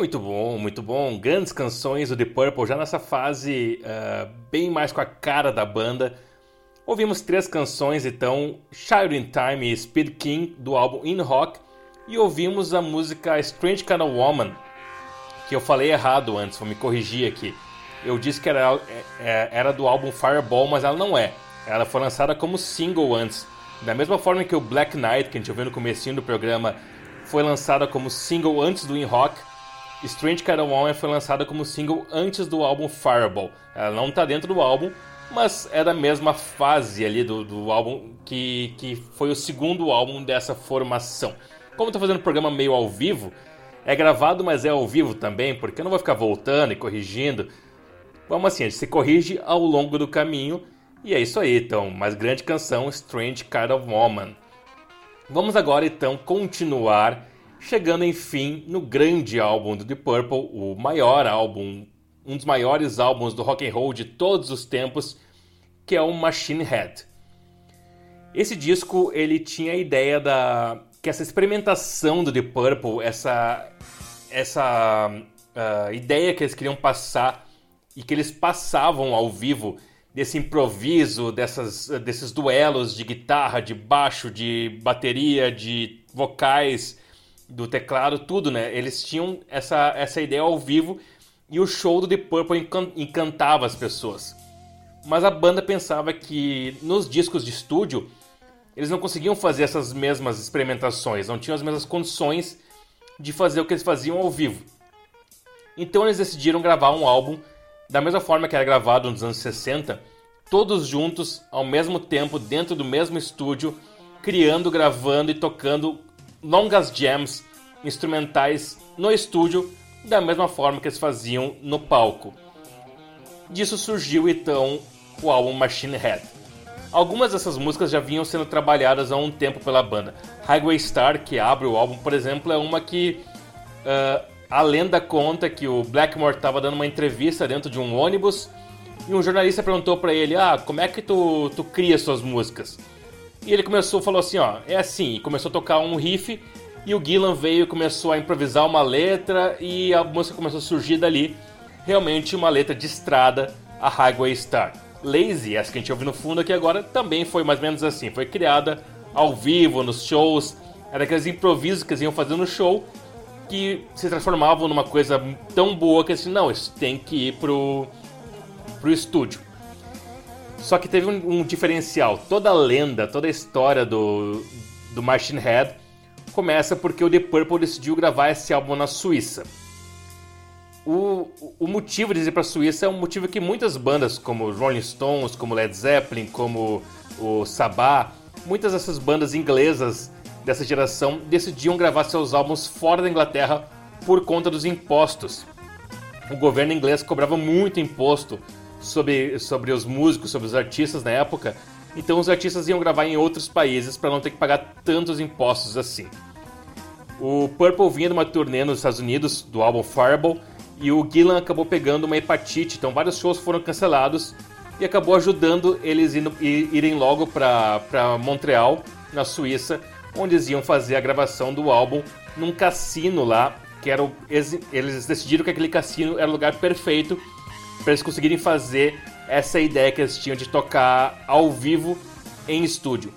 Muito bom, muito bom. Grandes canções do The Purple, já nessa fase bem mais com a cara da banda. Ouvimos 3 canções, então, Child in Time e Speed King, do álbum In Rock, e ouvimos a música Strange Kind of Woman, que eu falei errado antes, vou me corrigir aqui. Eu disse que era do álbum Fireball, mas ela não é. Ela foi lançada como single antes. Da mesma forma que o Black Knight, que a gente ouviu no comecinho do programa, foi lançada como single antes do In Rock, Strange Kind of Woman foi lançada como single antes do álbum Fireball. Ela não está dentro do álbum, mas é da mesma fase ali do álbum que foi o segundo álbum dessa formação. Como eu tô fazendo um programa meio ao vivo, é gravado, mas é ao vivo também, porque eu não vou ficar voltando e corrigindo. Vamos assim, a gente se corrige ao longo do caminho, e é isso aí, então, mais grande canção, Strange Kind of Woman. Vamos agora, então, continuar, chegando, enfim, no grande álbum do The Purple, o maior álbum, um dos maiores álbuns do rock and roll de todos os tempos, que é o Machine Head. Esse disco, ele tinha a ideia que essa experimentação do The Purple, essa ideia que eles queriam passar e que eles passavam ao vivo, desse improviso, desses duelos de guitarra, de baixo, de bateria, de vocais, do teclado, tudo, né? Eles tinham essa ideia ao vivo e o show do The Purple encantava as pessoas. Mas a banda pensava que nos discos de estúdio eles não conseguiam fazer essas mesmas experimentações, não tinham as mesmas condições de fazer o que eles faziam ao vivo. Então eles decidiram gravar um álbum da mesma forma que era gravado nos anos 60, todos juntos, ao mesmo tempo, dentro do mesmo estúdio, criando, gravando e tocando longas jams instrumentais no estúdio, da mesma forma que eles faziam no palco. Disso surgiu então o álbum Machine Head. Algumas dessas músicas já vinham sendo trabalhadas há um tempo pela banda. Highway Star, que abre o álbum, por exemplo, é uma que a lenda conta que o Blackmore estava dando uma entrevista dentro de um ônibus e um jornalista perguntou para ele, como é que tu cria suas músicas? E ele falou assim, é assim, e começou a tocar um riff e o Gillan veio e começou a improvisar uma letra e a música começou a surgir dali, realmente uma letra de estrada, a Highway Star. Lazy, essa que a gente ouve no fundo aqui agora, também foi mais ou menos assim, foi criada ao vivo, nos shows, era aqueles improvisos que eles iam fazendo no show, que se transformavam numa coisa tão boa que assim, não, isso tem que ir pro estúdio. Só que teve um diferencial, toda a lenda, toda a história do Machine Head começa porque o The Purple decidiu gravar esse álbum na Suíça. O motivo de ir para a Suíça é um motivo que muitas bandas, como Rolling Stones, como Led Zeppelin, como o Sabbath, muitas dessas bandas inglesas dessa geração decidiam gravar seus álbuns fora da Inglaterra por conta dos impostos. O governo inglês cobrava muito imposto sobre os músicos, sobre os artistas na época, então os artistas iam gravar em outros países para não ter que pagar tantos impostos assim. O Purple vinha de uma turnê nos Estados Unidos do álbum Fireball e o Gillan acabou pegando uma hepatite, então vários shows foram cancelados e acabou ajudando eles irem logo para Montreal, na Suíça, onde eles iam fazer a gravação do álbum num cassino lá, eles decidiram que aquele cassino era o lugar perfeito para eles conseguirem fazer essa ideia que eles tinham de tocar ao vivo em estúdio.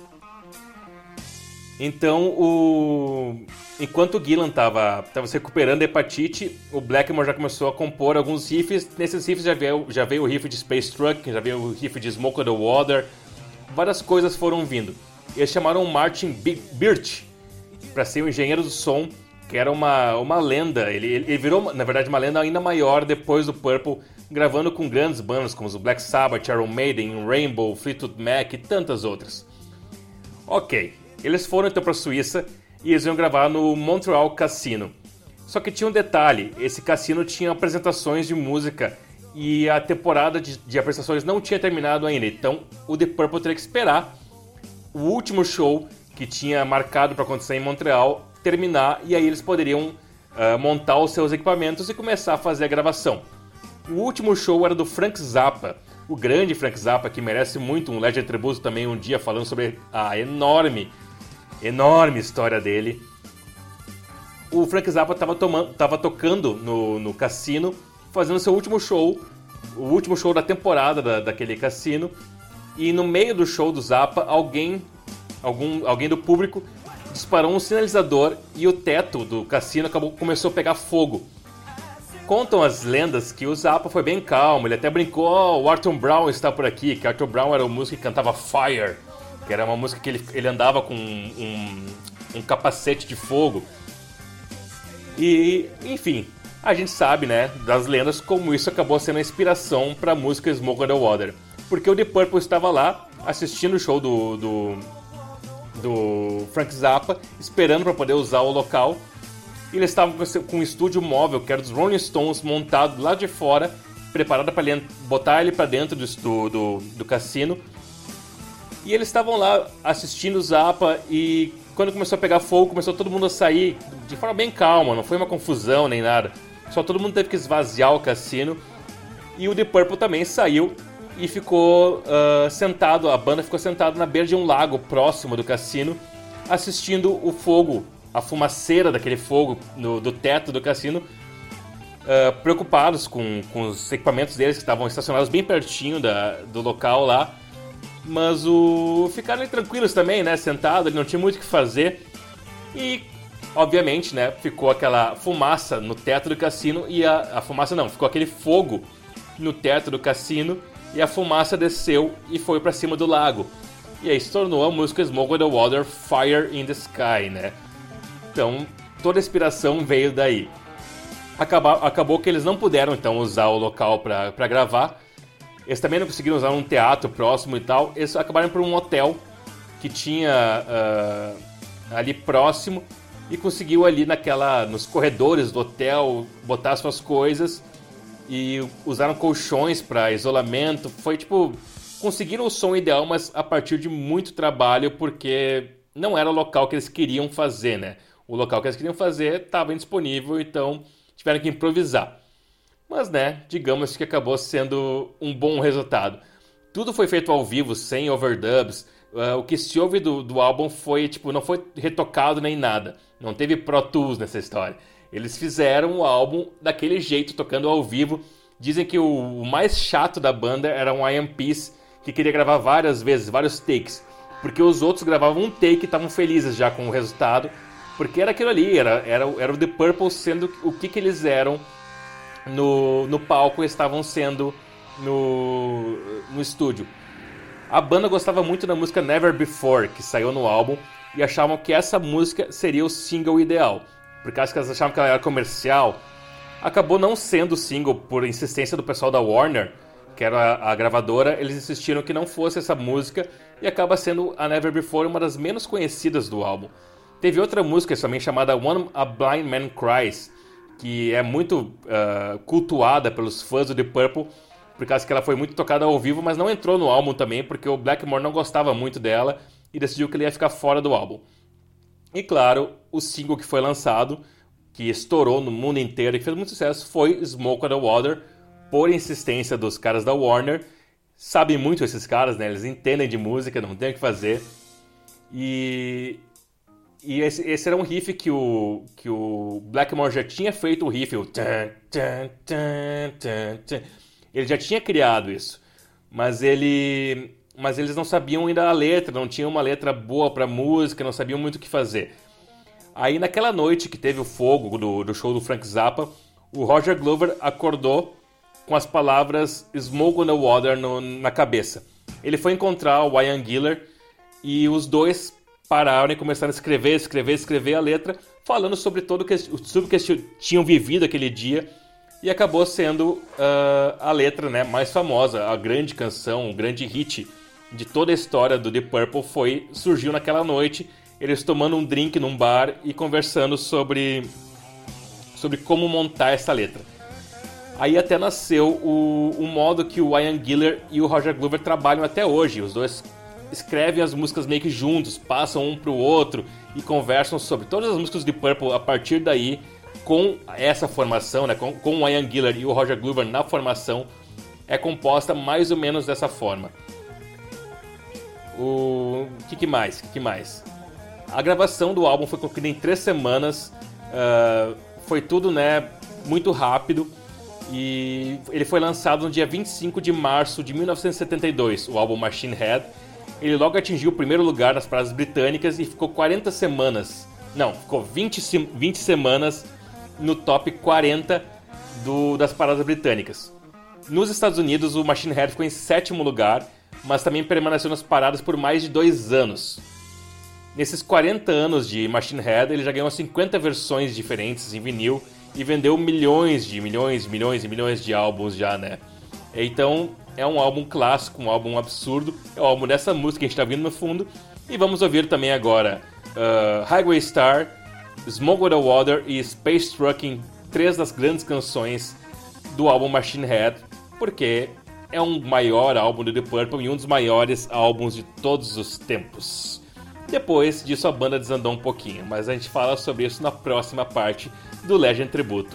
Então, enquanto o Gillan estava se recuperando da hepatite, o Blackmore já começou a compor alguns riffs. Nesses riffs já veio o riff de Space Truck, já veio o riff de Smoke on the Water, várias coisas foram vindo. Eles chamaram o Martin Birch para ser o engenheiro do som, que era uma lenda. Ele virou, na verdade, uma lenda ainda maior depois do Purple, gravando com grandes bandas como o Black Sabbath, Iron Maiden, Rainbow, Fleetwood Mac e tantas outras. Ok, eles foram então para a Suíça e eles iam gravar no Montreal Cassino. Só que tinha um detalhe, esse cassino tinha apresentações de música e a temporada de apresentações não tinha terminado ainda, então o The Purple teria que esperar o último show que tinha marcado para acontecer em Montreal terminar e aí eles poderiam montar os seus equipamentos e começar a fazer a gravação. O último show era do Frank Zappa, o grande Frank Zappa, que merece muito um Legend Tributo também um dia falando sobre a enorme história dele. o Frank Zappa tava tocando no cassino, fazendo seu último show, o último show da temporada daquele cassino, e no meio do show do Zappa, alguém do público disparou um sinalizador e o teto do cassino começou a pegar fogo. Contam as lendas que o Zappa foi bem calmo, ele até brincou, o Arthur Brown está por aqui, que Arthur Brown era o músico que cantava Fire, que era uma música que ele andava com um capacete de fogo. E, enfim, a gente sabe, né, das lendas, como isso acabou sendo a inspiração para a música Smoke on the Water. Porque o Deep Purple estava lá, assistindo o show do Frank Zappa, esperando para poder usar o local. E eles estavam com um estúdio móvel, que era dos Rolling Stones, montado lá de fora, preparado para botar ele para dentro do cassino. E eles estavam lá assistindo o Zappa e quando começou a pegar fogo, começou todo mundo a sair de forma bem calma, não foi uma confusão nem nada. Só todo mundo teve que esvaziar o cassino. E o Deep Purple também saiu e ficou sentado, a banda ficou sentada na beira de um lago próximo do cassino, assistindo o fogo, a fumaceira daquele fogo do teto do cassino, preocupados com os equipamentos deles que estavam estacionados bem pertinho do local lá. Mas ficaram tranquilos também, né, sentados, não tinha muito o que fazer. E, obviamente, né, ficou aquela fumaça no teto do cassino e a fumaça não, ficou aquele fogo no teto do cassino e a fumaça desceu e foi pra cima do lago. E aí se tornou a música Smoke on the Water, Fire in the Sky, né? Então, toda a inspiração veio daí. Acabou que eles não puderam, então, usar o local pra gravar. Eles também não conseguiram usar um teatro próximo e tal. Eles acabaram por um hotel que tinha ali próximo e conseguiu ali nos corredores do hotel botar suas coisas e usaram colchões para isolamento. Foi tipo, conseguiram o som ideal, mas a partir de muito trabalho, porque não era o local que eles queriam fazer, né? O local que eles queriam fazer estava indisponível, então tiveram que improvisar. Mas, né, digamos que acabou sendo um bom resultado. Tudo foi feito ao vivo, sem overdubs. O que se ouve do álbum foi, tipo, não foi retocado nem nada. Não teve Pro Tools nessa história. Eles fizeram o álbum daquele jeito, tocando ao vivo. Dizem que o mais chato da banda era um Ian Peace, que queria gravar várias vezes, vários takes. Porque os outros gravavam um take e estavam felizes já com o resultado. Porque era aquilo ali, era o The Purple sendo o que eles eram no palco, estavam sendo no estúdio. A banda gostava muito da música Never Before, que saiu no álbum, e achavam que essa música seria o single ideal. Por causa que elas achavam que ela era comercial, acabou não sendo single por insistência do pessoal da Warner, que era a gravadora. Eles insistiram que não fosse essa música, e acaba sendo a Never Before uma das menos conhecidas do álbum. Teve outra música também chamada When a Blind Man Cries, que é muito cultuada pelos fãs do The Purple, por causa que ela foi muito tocada ao vivo, mas não entrou no álbum também, porque o Blackmore não gostava muito dela e decidiu que ele ia ficar fora do álbum. E claro, o single que foi lançado, que estourou no mundo inteiro e que fez muito sucesso, foi Smoke on the Water, por insistência dos caras da Warner. Sabem muito esses caras, né? Eles entendem de música, não tem o que fazer. E esse era um riff que o Blackmore já tinha feito, o riff, o ele já tinha criado isso, mas eles não sabiam ainda a letra, não tinham uma letra boa pra música, não sabiam muito o que fazer. Aí naquela noite que teve o fogo do show do Frank Zappa, o Roger Glover acordou com as palavras Smoke on the Water na cabeça. Ele foi encontrar o Ian Gillan e os dois pararam e começaram a escrever a letra, falando sobre tudo que eles tinham vivido aquele dia. E acabou sendo a letra, né, mais famosa, a grande canção, o grande hit de toda a história do The Purple surgiu naquela noite, eles tomando um drink num bar e conversando sobre como montar essa letra. Aí até nasceu o modo que o Ian Gillan e o Roger Glover trabalham até hoje. Os dois escrevem as músicas meio que juntos, passam um pro outro e conversam sobre todas as músicas do The Purple a partir daí, com essa formação, né, com o Ian Gillan e o Roger Glover na formação, é composta mais ou menos dessa forma. O que mais? A gravação do álbum foi concluída em 3 semanas. Foi tudo, né, muito rápido. E ele foi lançado no dia 25 de março de 1972, o álbum Machine Head. Ele logo atingiu o primeiro lugar nas paradas britânicas e ficou 40 semanas... Não, ficou 20 semanas no top 40 das paradas britânicas. Nos Estados Unidos, o Machine Head ficou em 7º lugar, mas também permaneceu nas paradas por mais de 2 anos. Nesses 40 anos de Machine Head, ele já ganhou 50 versões diferentes em vinil e vendeu milhões de álbuns já, né? Então, é um álbum clássico, um álbum absurdo, é o álbum dessa música que a gente tá ouvindo no fundo. E vamos ouvir também agora Highway Star, Smoke on the Water e Space Trucking, 3 das grandes canções do álbum Machine Head, porque é um maior álbum do The Purple e um dos maiores álbuns de todos os tempos. Depois disso a banda desandou um pouquinho, mas a gente fala sobre isso na próxima parte do Legend Tributo.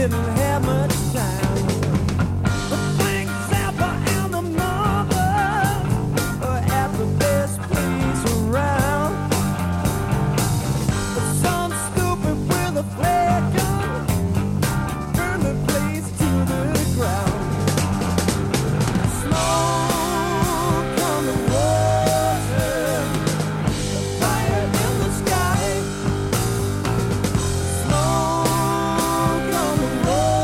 didn't have much time. The Frank Zappa and the Mothers are at the best place around. But some stupid with a flare gun burned the place to the ground. Smoke on the water, fire in the sky. Smoke on the water.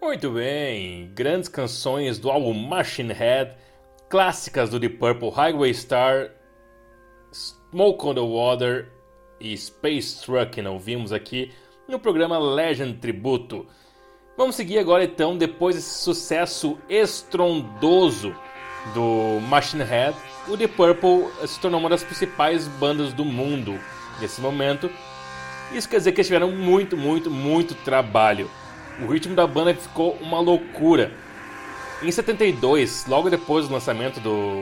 Muito bem, grandes canções do álbum Machine Head, clássicas do Deep Purple, Highway Star, Smoke on the Water e Space Truckin' ouvimos aqui no programa Legend Tributo. Vamos seguir agora então, depois desse sucesso estrondoso do Machine Head, o Deep Purple se tornou uma das principais bandas do mundo nesse momento. Isso quer dizer que eles tiveram muito trabalho. O ritmo da banda ficou uma loucura. Em 72, logo depois do lançamento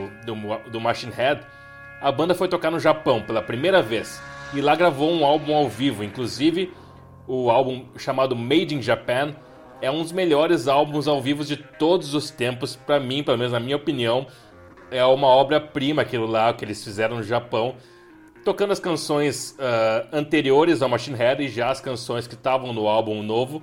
do Machine Head, a banda foi tocar no Japão pela primeira vez e lá gravou um álbum ao vivo. Inclusive, o álbum chamado Made in Japan é um dos melhores álbuns ao vivo de todos os tempos. Para mim, pelo menos na minha opinião, é uma obra-prima aquilo lá que eles fizeram no Japão, tocando as canções anteriores ao Machine Head e já as canções que estavam no álbum novo.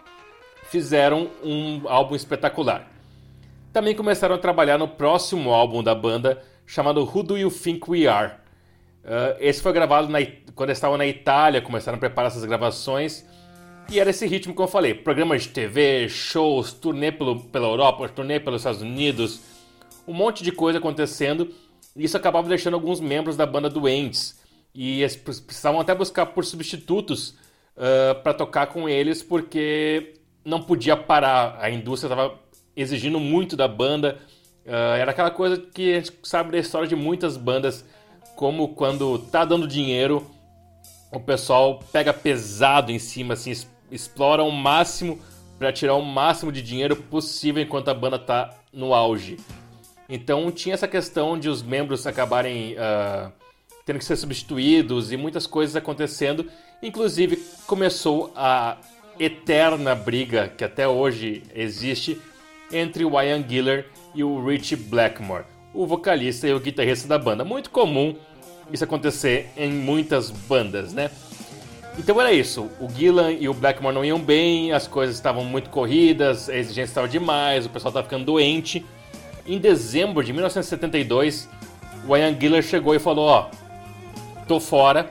Fizeram um álbum espetacular. Também começaram a trabalhar no próximo álbum da banda, chamado Who Do You Think We Are? Esse foi gravado quando eles estavam na Itália, começaram a preparar essas gravações. E era esse ritmo que eu falei, programas de TV, shows, turnê pela Europa, turnê pelos Estados Unidos, um monte de coisa acontecendo. E isso acabava deixando alguns membros da banda doentes. E eles precisavam até buscar por substitutos para tocar com eles, porque não podia parar, a indústria estava exigindo muito da banda. Era aquela coisa que a gente sabe da história de muitas bandas, como quando tá dando dinheiro, o pessoal pega pesado em cima, assim, explora ao máximo para tirar o máximo de dinheiro possível enquanto a banda tá no auge. Então tinha essa questão de os membros acabarem tendo que ser substituídos e muitas coisas acontecendo. Inclusive começou a eterna briga que até hoje existe entre o Ian Gillan e o Ritchie Blackmore, o vocalista e o guitarrista da banda. Muito comum isso acontecer em muitas bandas, né? Então era isso, o Gillan e o Blackmore não iam bem, as coisas estavam muito corridas, a exigência estava demais, o pessoal estava ficando doente. Em dezembro de 1972, o Ian Gillan chegou e falou: ó, tô fora,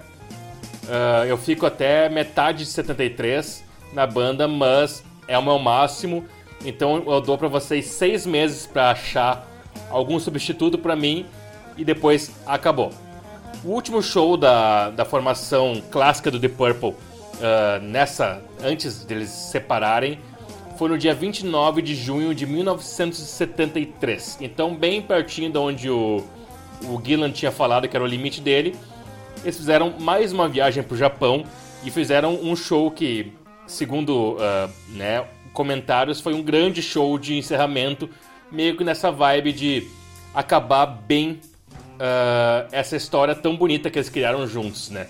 eu fico até metade de 73 na banda, mas é o meu máximo, então eu dou pra vocês 6 meses pra achar algum substituto pra mim e depois acabou. O último show da formação clássica do Deep Purple, antes deles se separarem, foi no dia 29 de junho de 1973. Então bem pertinho de onde o Gillan tinha falado que era o limite dele. Eles fizeram mais uma viagem pro Japão e fizeram um show que, segundo comentários, foi um grande show de encerramento, meio que nessa vibe de acabar bem essa história tão bonita que eles criaram juntos, né?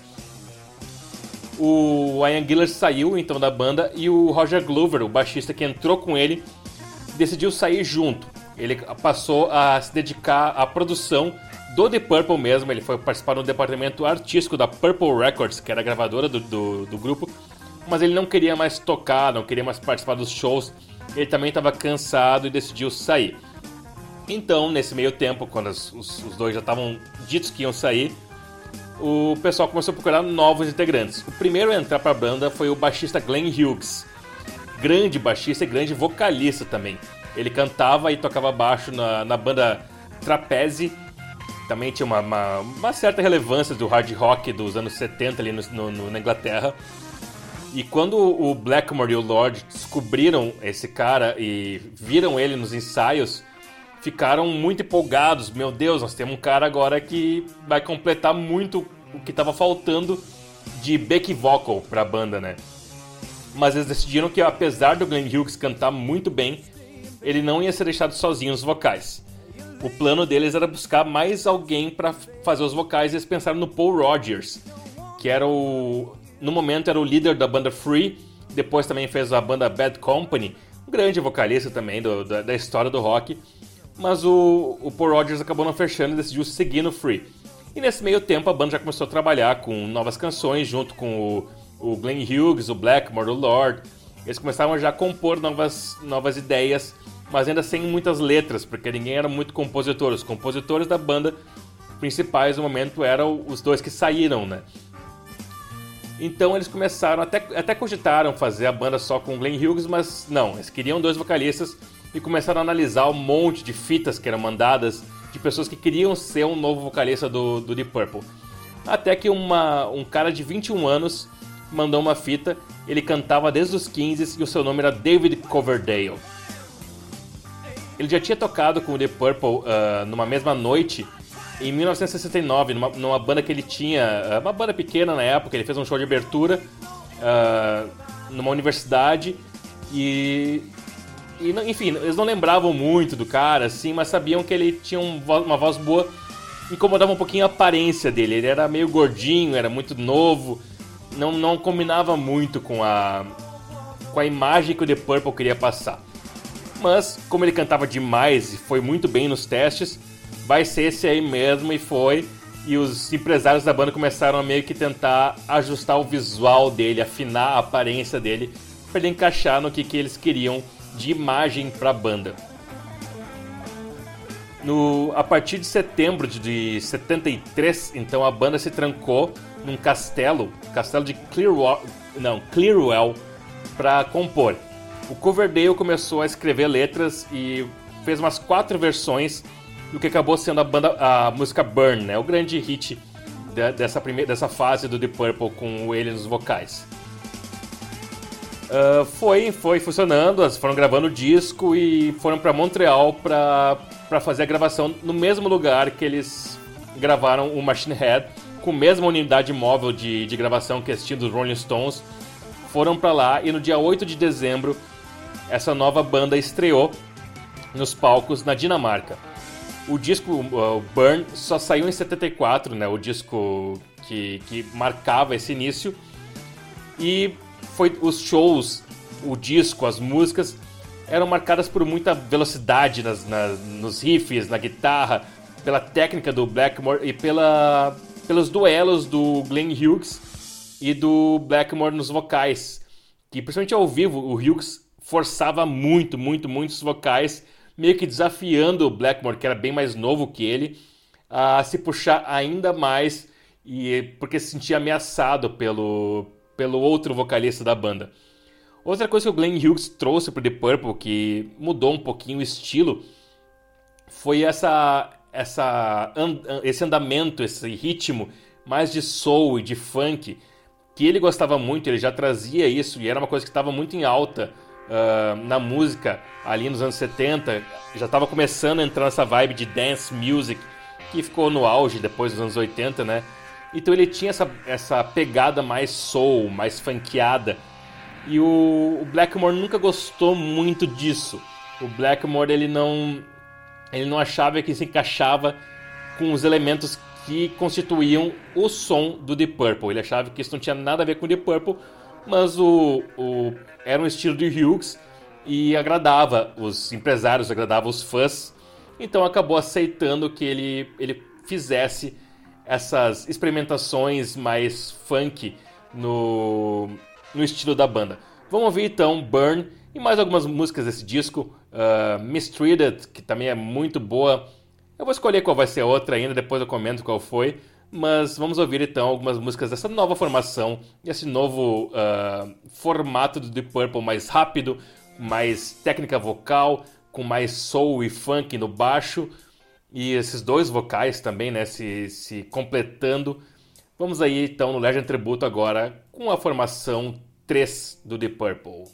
O Ian Gillan saiu então da banda e o Roger Glover, o baixista que entrou com ele, decidiu sair junto. Ele passou a se dedicar à produção do The Purple mesmo. Ele foi participar do departamento artístico da Purple Records, que era a gravadora do grupo, mas ele não queria mais tocar, não queria mais participar dos shows. Ele também estava cansado e decidiu sair. Então, nesse meio tempo, quando os dois já estavam ditos que iam sair, o pessoal começou a procurar novos integrantes. O primeiro a entrar para a banda foi o baixista Glenn Hughes, grande baixista e grande vocalista também. Ele cantava e tocava baixo na banda Trapeze. Também tinha uma certa relevância do hard rock dos anos 70 ali na Inglaterra. E quando o Blackmore e o Lord descobriram esse cara e viram ele nos ensaios, ficaram muito empolgados. Meu Deus, nós temos um cara agora que vai completar muito o que estava faltando de back vocal para a banda, né? Mas eles decidiram que, apesar do Glenn Hughes cantar muito bem, ele não ia ser deixado sozinho nos vocais. O plano deles era buscar mais alguém para fazer os vocais, e eles pensaram no Paul Rodgers, que era no momento era o líder da banda Free, depois também fez a banda Bad Company, um grande vocalista também da história do rock. Mas o Paul Rodgers acabou não fechando e decidiu seguir no Free. E nesse meio tempo a banda já começou a trabalhar com novas canções, junto com o Glenn Hughes, o Blackmore, o Lord. Eles começaram já a compor novas ideias, mas ainda sem muitas letras, porque ninguém era muito compositor. Os compositores da banda principais no momento eram os dois que saíram, né? Então eles começaram, até cogitaram fazer a banda só com o Glenn Hughes, mas não, eles queriam 2 vocalistas e começaram a analisar um monte de fitas que eram mandadas de pessoas que queriam ser um novo vocalista do Deep Purple. Até que um cara de 21 anos mandou uma fita, ele cantava desde os 15 e o seu nome era David Coverdale. Ele já tinha tocado com o Deep Purple numa mesma noite em 1969, numa banda que ele tinha, uma banda pequena na época. Ele fez um show de abertura numa universidade enfim, eles não lembravam muito do cara, assim, mas sabiam que ele tinha uma voz boa. Incomodava um pouquinho a aparência dele, ele era meio gordinho, era muito novo, não combinava muito com a imagem que o The Purple queria passar. Mas, como ele cantava demais e foi muito bem nos testes, vai ser esse aí mesmo, e foi. E os empresários da banda começaram a meio que tentar ajustar o visual dele, afinar a aparência dele, para ele encaixar no que eles queriam de imagem para a banda. A partir de setembro de 73, então a banda se trancou num castelo de Clearwell, para compor. O Coverdale começou a escrever letras e fez umas 4 versões do que acabou sendo a música Burn, né? O grande hit dessa fase do Deep Purple com ele nos vocais. Foi funcionando, eles foram gravando o disco e foram para Montreal para fazer a gravação no mesmo lugar que eles gravaram o Machine Head, com a mesma unidade móvel de gravação que eles tinham dos Rolling Stones. Foram para lá e no dia 8 de dezembro essa nova banda estreou nos palcos na Dinamarca. O disco o Burn só saiu em 74, né, o disco que marcava esse início, e foi os shows, o disco, as músicas eram marcadas por muita velocidade nos riffs, na guitarra, pela técnica do Blackmore e pelos duelos do Glenn Hughes e do Blackmore nos vocais, que principalmente ao vivo o Hughes forçava muito os vocais, meio que desafiando o Blackmore, que era bem mais novo que ele, a se puxar ainda mais, porque se sentia ameaçado pelo outro vocalista da banda. Outra coisa que o Glenn Hughes trouxe para o Deep Purple, que mudou um pouquinho o estilo, foi esse andamento, esse ritmo mais de soul e de funk, que ele gostava muito. Ele já trazia isso e era uma coisa que estava muito em alta na música ali nos anos 70. Já estava começando a entrar nessa vibe de dance music, que ficou no auge depois dos anos 80, né? Então ele tinha essa pegada mais soul, mais funkeada. E o Blackmore nunca gostou muito disso. O Blackmore ele não achava que se encaixava com os elementos que constituíam o som do Deep Purple. Ele achava que isso não tinha nada a ver com o Deep Purple, mas era um estilo de Hughes e agradava os empresários, agradava os fãs. Então acabou aceitando que ele fizesse essas experimentações mais funk no estilo da banda. Vamos ouvir então Burn e mais algumas músicas desse disco. Mistreated, que também é muito boa. Eu vou escolher qual vai ser a outra ainda, depois eu comento qual foi. Mas vamos ouvir então algumas músicas dessa nova formação, esse novo formato do Deep Purple, mais rápido, mais técnica vocal, com mais soul e funk no baixo. E esses dois vocais também, né, se completando. Vamos aí então no Legend Tributo agora com a formação 3 do Deep Purple.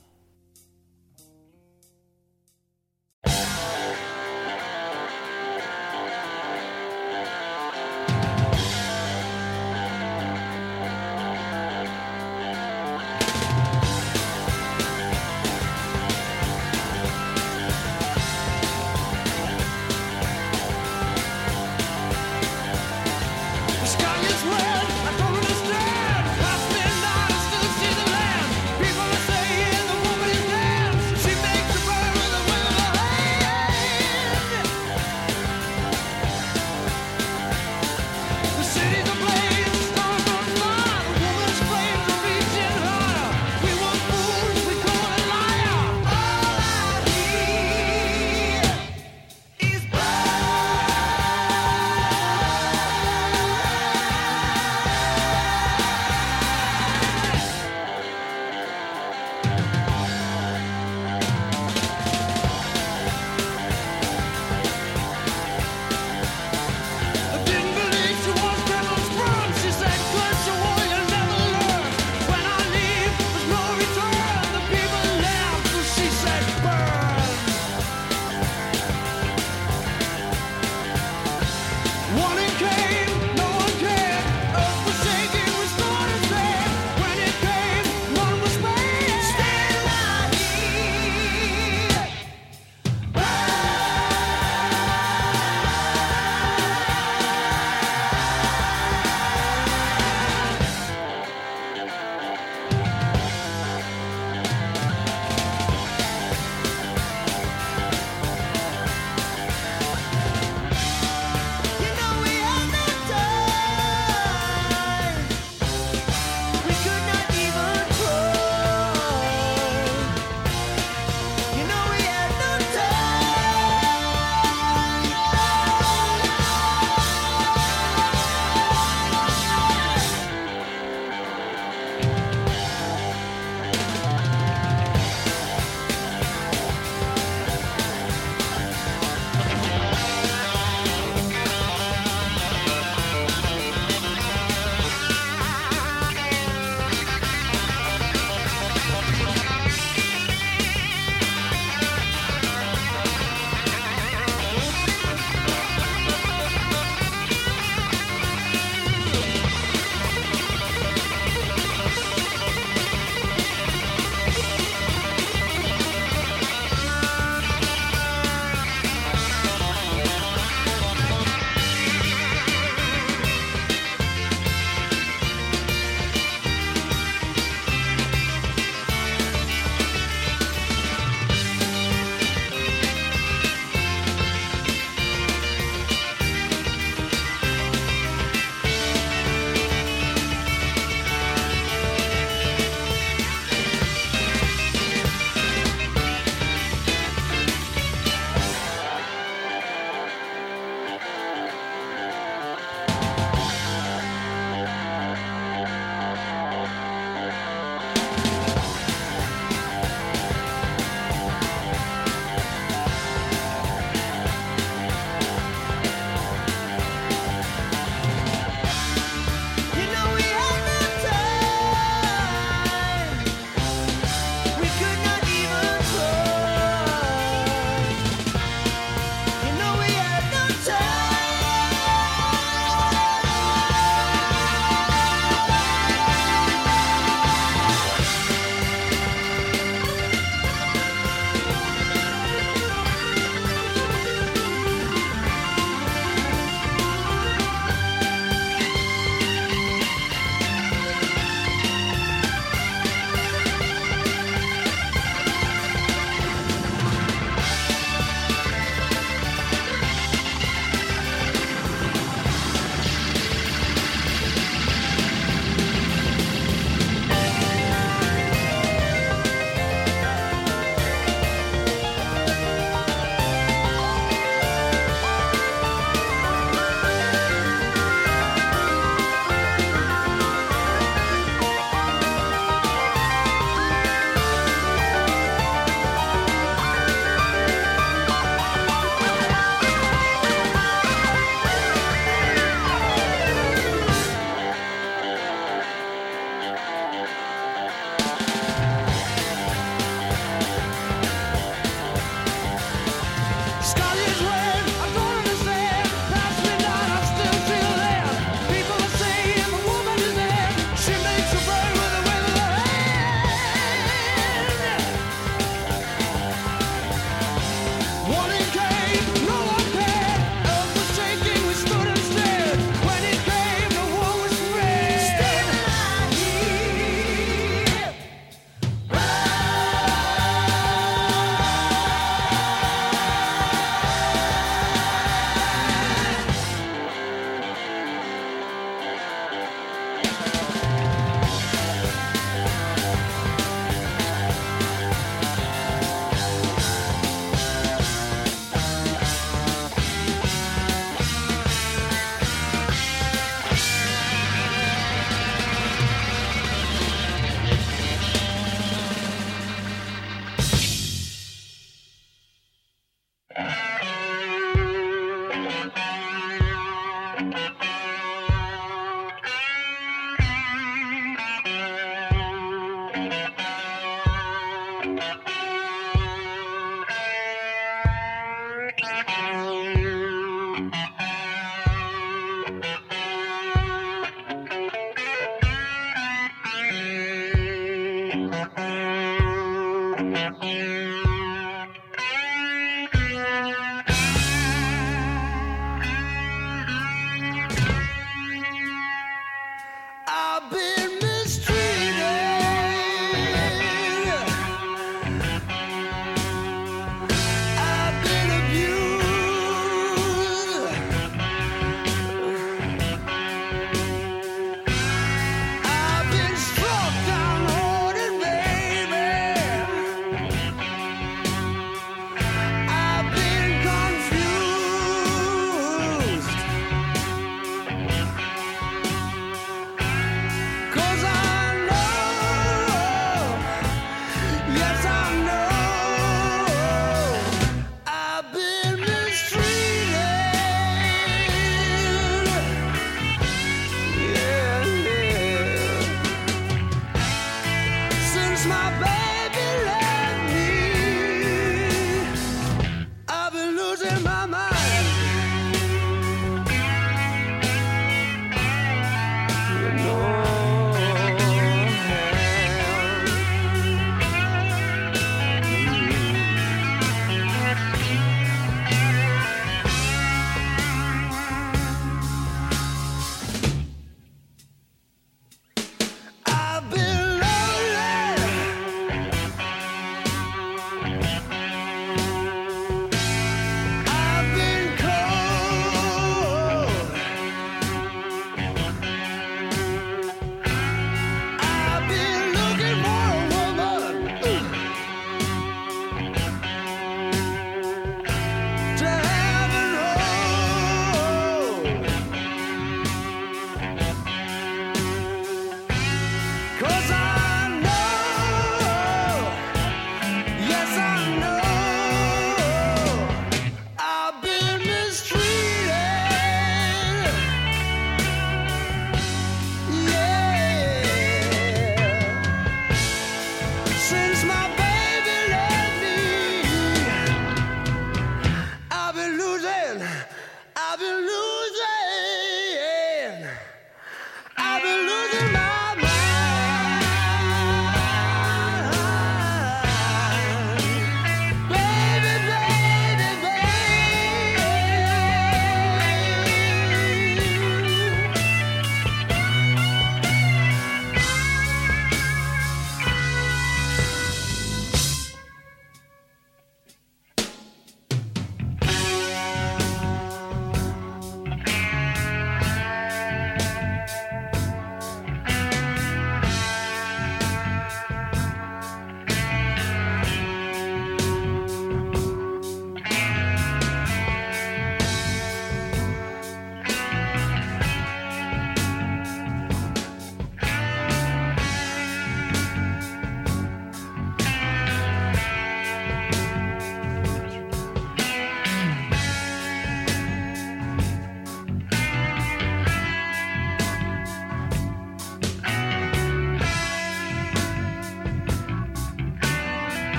People are saying the I've been mistreated. I've been abused. I've been struck down hard and baby.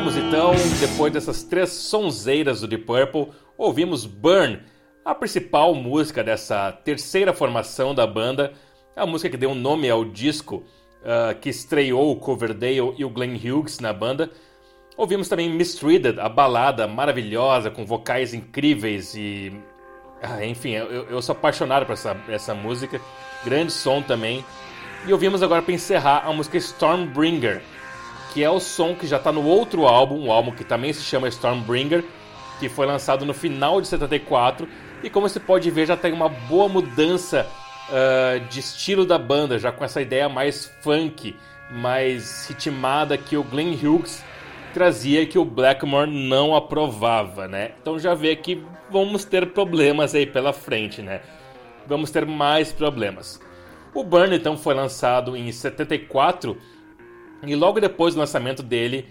Vamos então, depois dessas 3 sonzeiras do Deep Purple, ouvimos Burn, a principal música dessa terceira formação da banda, a música que deu um nome ao disco que estreou o Coverdale e o Glenn Hughes na banda. Ouvimos também Mistreated, a balada maravilhosa, com vocais incríveis e... enfim, eu sou apaixonado por essa música, grande som também. E ouvimos agora para encerrar a música Stormbringer, que é o som que já está no outro álbum, um álbum que também se chama Stormbringer, que foi lançado no final de 74, e como você pode ver já tem uma boa mudança de estilo da banda, já com essa ideia mais funk, mais ritmada que o Glenn Hughes trazia, que o Blackmore não aprovava, né? Então já vê que vamos ter problemas aí pela frente, né? Vamos ter mais problemas. O Burn então foi lançado em 74 e logo depois do lançamento dele,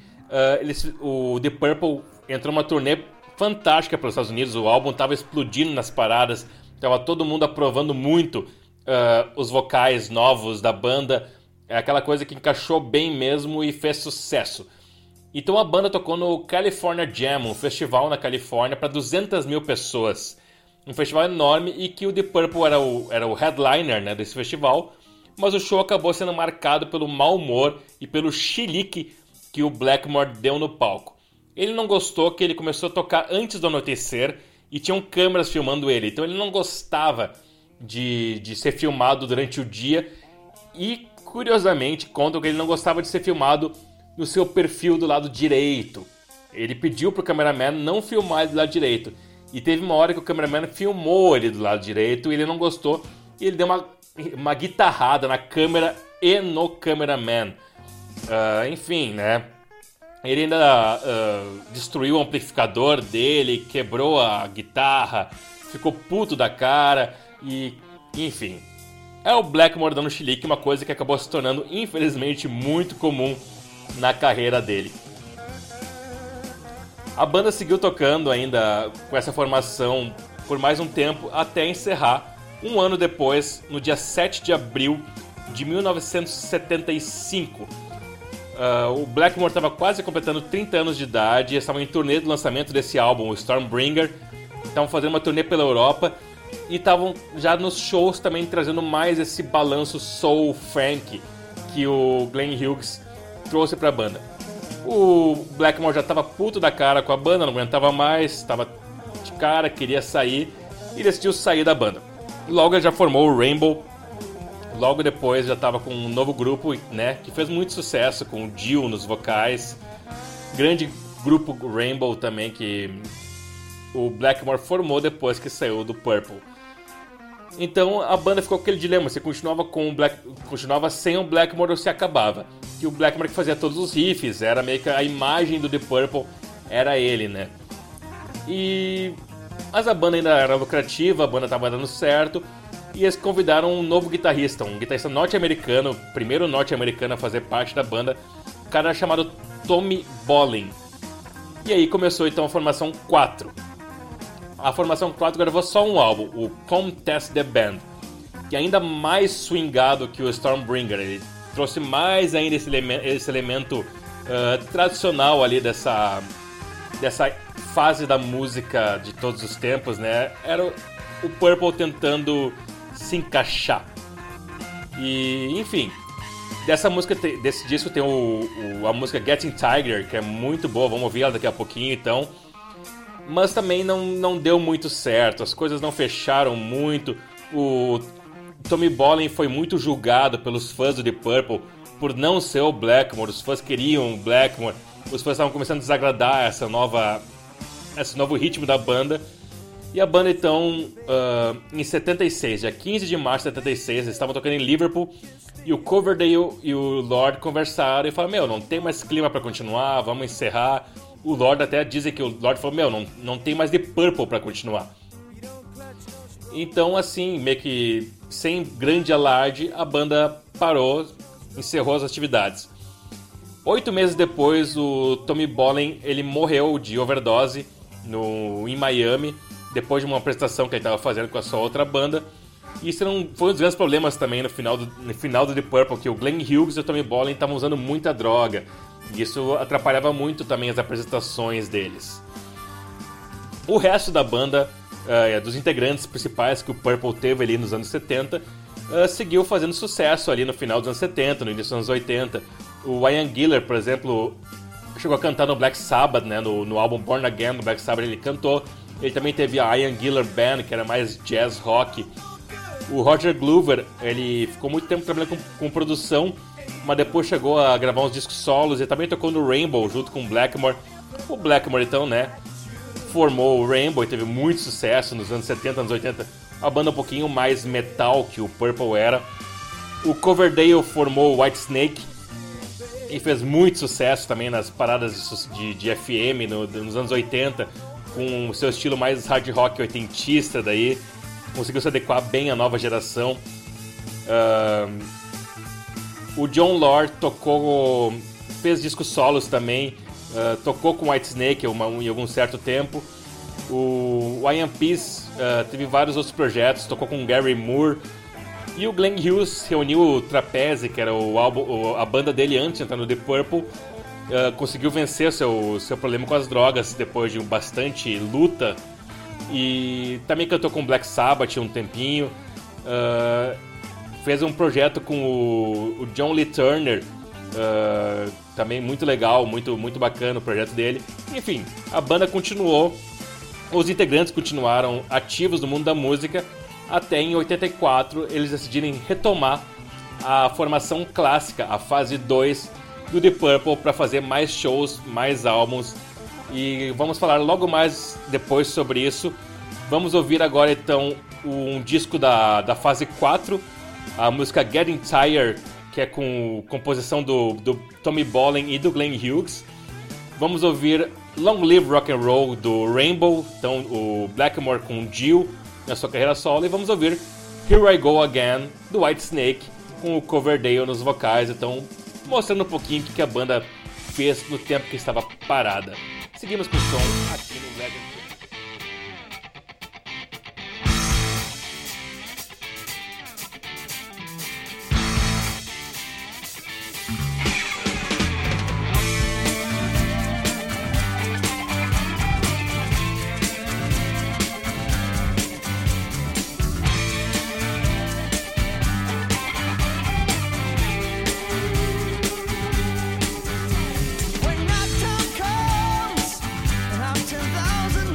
o Deep Purple entrou numa turnê fantástica pelos Estados Unidos. O álbum estava explodindo nas paradas, estava todo mundo aprovando muito os vocais novos da banda. É aquela coisa que encaixou bem mesmo e fez sucesso. Então a banda tocou no California Jam, um festival na Califórnia para 200 mil pessoas. Um festival enorme e que o Deep Purple era o headliner, né, desse festival. Mas o show acabou sendo marcado pelo mau humor e pelo chilique que o Blackmore deu no palco. Ele não gostou que ele começou a tocar antes do anoitecer e tinham câmeras filmando ele. Então ele não gostava de ser filmado durante o dia e, curiosamente, contam que ele não gostava de ser filmado no seu perfil do lado direito. Ele pediu pro cameraman não filmar ele do lado direito. E teve uma hora que o cameraman filmou ele do lado direito e ele não gostou. E ele deu uma guitarrada na câmera e no cameraman. Enfim, né? Ele ainda destruiu o amplificador dele, quebrou a guitarra, ficou puto da cara e... enfim. É o Blackmore dando chilique, uma coisa que acabou se tornando, infelizmente, muito comum na carreira dele. A banda seguiu tocando ainda com essa formação por mais um tempo até encerrar, um ano depois, no dia 7 de abril de 1975. O Blackmore estava quase completando 30 anos de idade, estavam em turnê do lançamento desse álbum, o Stormbringer, estavam fazendo uma turnê pela Europa e estavam já nos shows também trazendo mais esse balanço soul funk que o Glenn Hughes trouxe para a banda. O Blackmore já estava puto da cara com a banda, não aguentava mais, estava de cara, queria sair e decidiu sair da banda. Logo ele já formou o Rainbow, logo depois já estava com um novo grupo, né, que fez muito sucesso, com o Dio nos vocais. Grande grupo Rainbow também que o Blackmore formou depois que saiu do Purple. Então a banda ficou com aquele dilema, você continuava sem o Blackmore ou se acabava. E o Blackmore que fazia todos os riffs, era meio que a imagem do Deep Purple, era ele, né? Mas a banda ainda era lucrativa, a banda estava dando certo, e eles convidaram um novo guitarrista, um guitarrista norte-americano, primeiro norte-americano a fazer parte da banda, um cara chamado Tommy Bolin. E aí começou então a formação 4. A formação 4 gravou só um álbum, o Come Test the Band, que é ainda mais swingado que o Stormbringer. Ele trouxe mais ainda esse elemento tradicional ali dessa fase da música de todos os tempos, né? Era o Purple tentando se encaixar. E, enfim, desse disco tem a música Getting Tiger, que é muito boa, vamos ouvir ela daqui a pouquinho então. Mas também não deu muito certo, as coisas não fecharam muito. O Tommy Bolin foi muito julgado pelos fãs do Deep Purple por não ser o Blackmore. Os fãs queriam o Blackmore, os fãs estavam começando a desagradar esse novo ritmo da banda. E a banda então, em 76, dia 15 de março de 76, eles estavam tocando em Liverpool e o Coverdale e o Lord conversaram e falaram: não tem mais clima pra continuar, vamos encerrar. O Lord até dizem que o Lord falou: não tem mais Deep Purple pra continuar. Então, assim, meio que sem grande alarde, a banda parou, encerrou as atividades. 8 meses depois, o Tommy Bolin, ele morreu de overdose em Miami, depois de uma apresentação que ele estava fazendo com a sua outra banda. E isso foi um dos grandes problemas também no final do Deep Purple, que o Glenn Hughes e o Tommy Bolin estavam usando muita droga. Isso atrapalhava muito também as apresentações deles. O resto da banda, dos integrantes principais que o Purple teve ali nos anos 70, seguiu fazendo sucesso ali no final dos anos 70, no início dos anos 80. O Ian Gillan, por exemplo, chegou a cantar no Black Sabbath, né? No álbum Born Again do Black Sabbath ele cantou. Ele também teve a Ian Gillan Band, que era mais jazz rock. O Roger Glover, ele ficou muito tempo trabalhando com produção, mas depois chegou a gravar uns discos solos e também tocou no Rainbow junto com o Blackmore. O Blackmore, então, né, formou o Rainbow e teve muito sucesso nos anos 70, anos 80. Uma banda um pouquinho mais metal que o Purple era. O Coverdale formou o Whitesnake e fez muito sucesso também nas paradas de FM nos anos 80, com o seu estilo mais hard rock oitentista daí. Conseguiu se adequar bem à nova geração. O John Lord fez discos solos também, tocou com Whitesnake em algum certo tempo. O Ian Peace teve vários outros projetos, tocou com Gary Moore. E o Glenn Hughes reuniu o Trapeze, que era a banda dele antes de entrar no The Purple. Conseguiu vencer seu problema com as drogas depois de bastante luta. E também cantou com Black Sabbath um tempinho. Fez um projeto com o John Lee Turner, também muito legal, muito, muito bacana o projeto dele. Enfim, a banda continuou, os integrantes continuaram ativos no mundo da música, até em 84 eles decidirem retomar a formação clássica, a fase 2 do The Purple, para fazer mais shows, mais álbuns. E vamos falar logo mais depois sobre isso. Vamos ouvir agora então um disco da fase 4, a música Getting Tired, que é com composição do Tommy Bolin e do Glenn Hughes. Vamos ouvir Long Live Rock and Roll do Rainbow, então o Blackmore com Jill na sua carreira solo. E vamos ouvir Here I Go Again do Whitesnake com o Coverdale nos vocais, então mostrando um pouquinho o que a banda fez no tempo que estava parada. Seguimos com o som aqui no Legend. When that time comes and I'm 10,000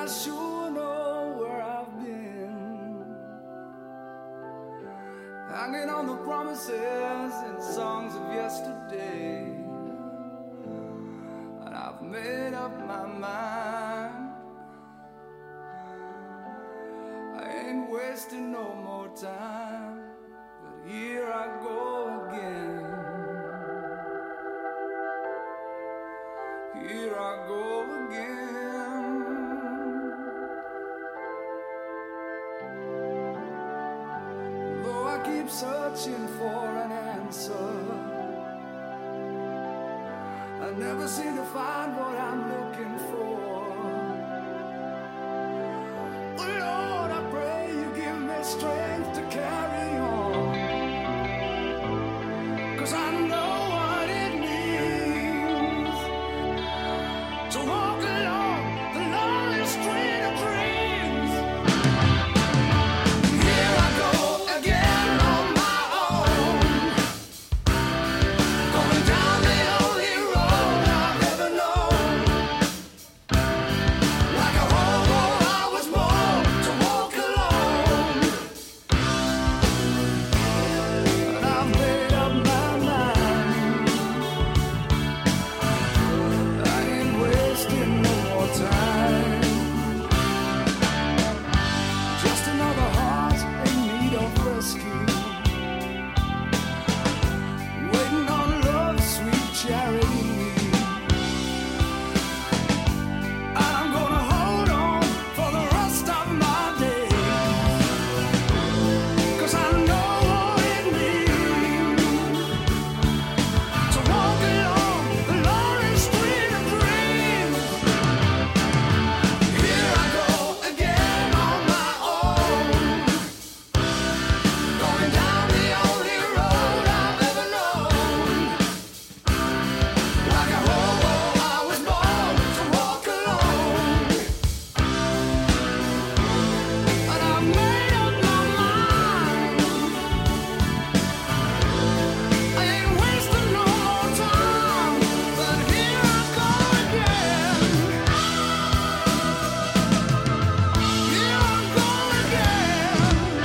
I sure know where I've been, hanging on the promises and songs of yesterday. And I've made up my mind, I ain't wasting no more time, but here I go again. Here I go again. Though I keep searching for an answer, I never seem to find what I'm looking for. Oh Lord, I pray you give me strength to carry on, 'cause I know what it means to walk along the lonely street of dreams. Here I go again on my own, going down the only road I've ever known. Like a hobo I was born to walk alone, and I've made up my mind, I ain't wasting no more time. Just another heart in need of rescue, waiting on love's sweet charity. And I'm gonna hold on for the rest of my days, 'cause I know what it means to walk along the lonely street of dreams. Here I go again on my own, going down the only road I've ever known. Like a hobo I was born to walk alone, and I've made up my mind, I ain't wasting no more time, but here I go again. Here I go again.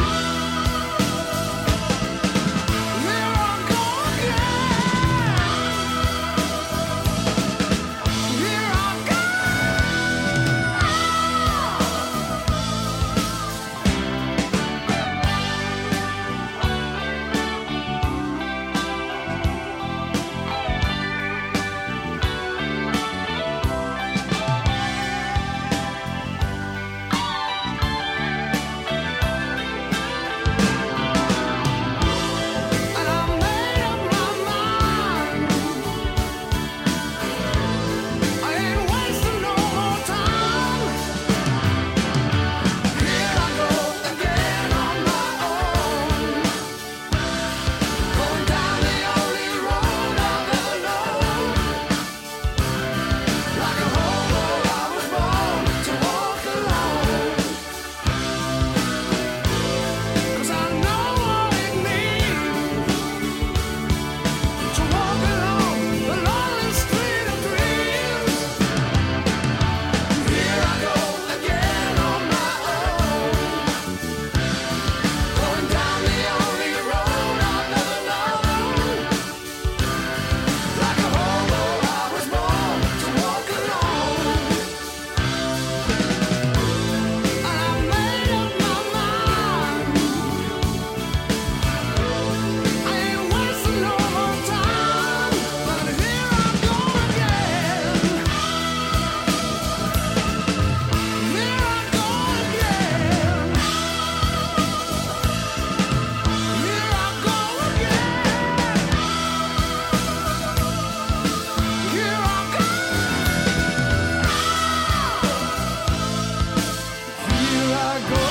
Here I go again. Here I go. And I made up my mind, I ain't wasting no more time. Here I go again on my own, going down the only road I've ever known. Like a hobo I was born to walk alone, 'cause I know what it means to walk along the lonely street of dreams. Here I go again on my own, going down the only road I've ever known. Like a hobo I was born to walk alone, and I made up my mind, I ain't wasting no more time, but here I go again. Here I go again. Here I go again. Here I go. Here I go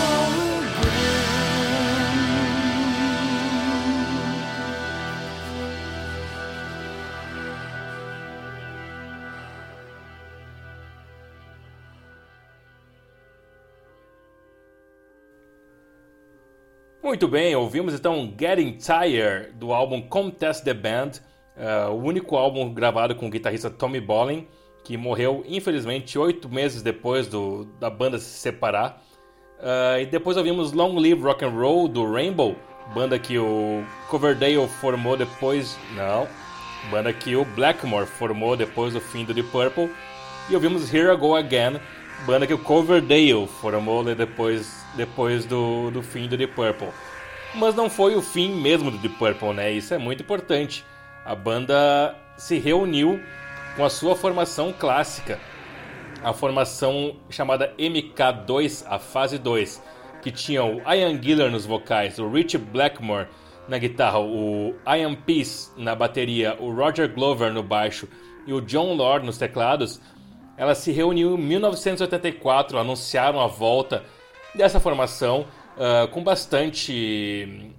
Muito bem, ouvimos então Getting Tired, do álbum Come Test the Band, o único álbum gravado com o guitarrista Tommy Bolin, que morreu, infelizmente, 8 meses depois da banda se separar. E depois ouvimos Long Live Rock and Roll, do Rainbow, banda que o Coverdale formou depois... Não, banda que o Blackmore formou depois do fim do Deep Purple. E ouvimos Here I Go Again, banda que o Coverdale formou depois do fim do Deep Purple. Mas não foi o fim mesmo do Deep Purple, né? Isso é muito importante. A banda se reuniu com a sua formação clássica, a formação chamada MK2, a fase 2, que tinha o Ian Gillan nos vocais, o Rich Blackmore na guitarra, o Ian Peace na bateria, o Roger Glover no baixo e o John Lord nos teclados. Ela se reuniu em 1984, anunciaram a volta dessa formação com bastante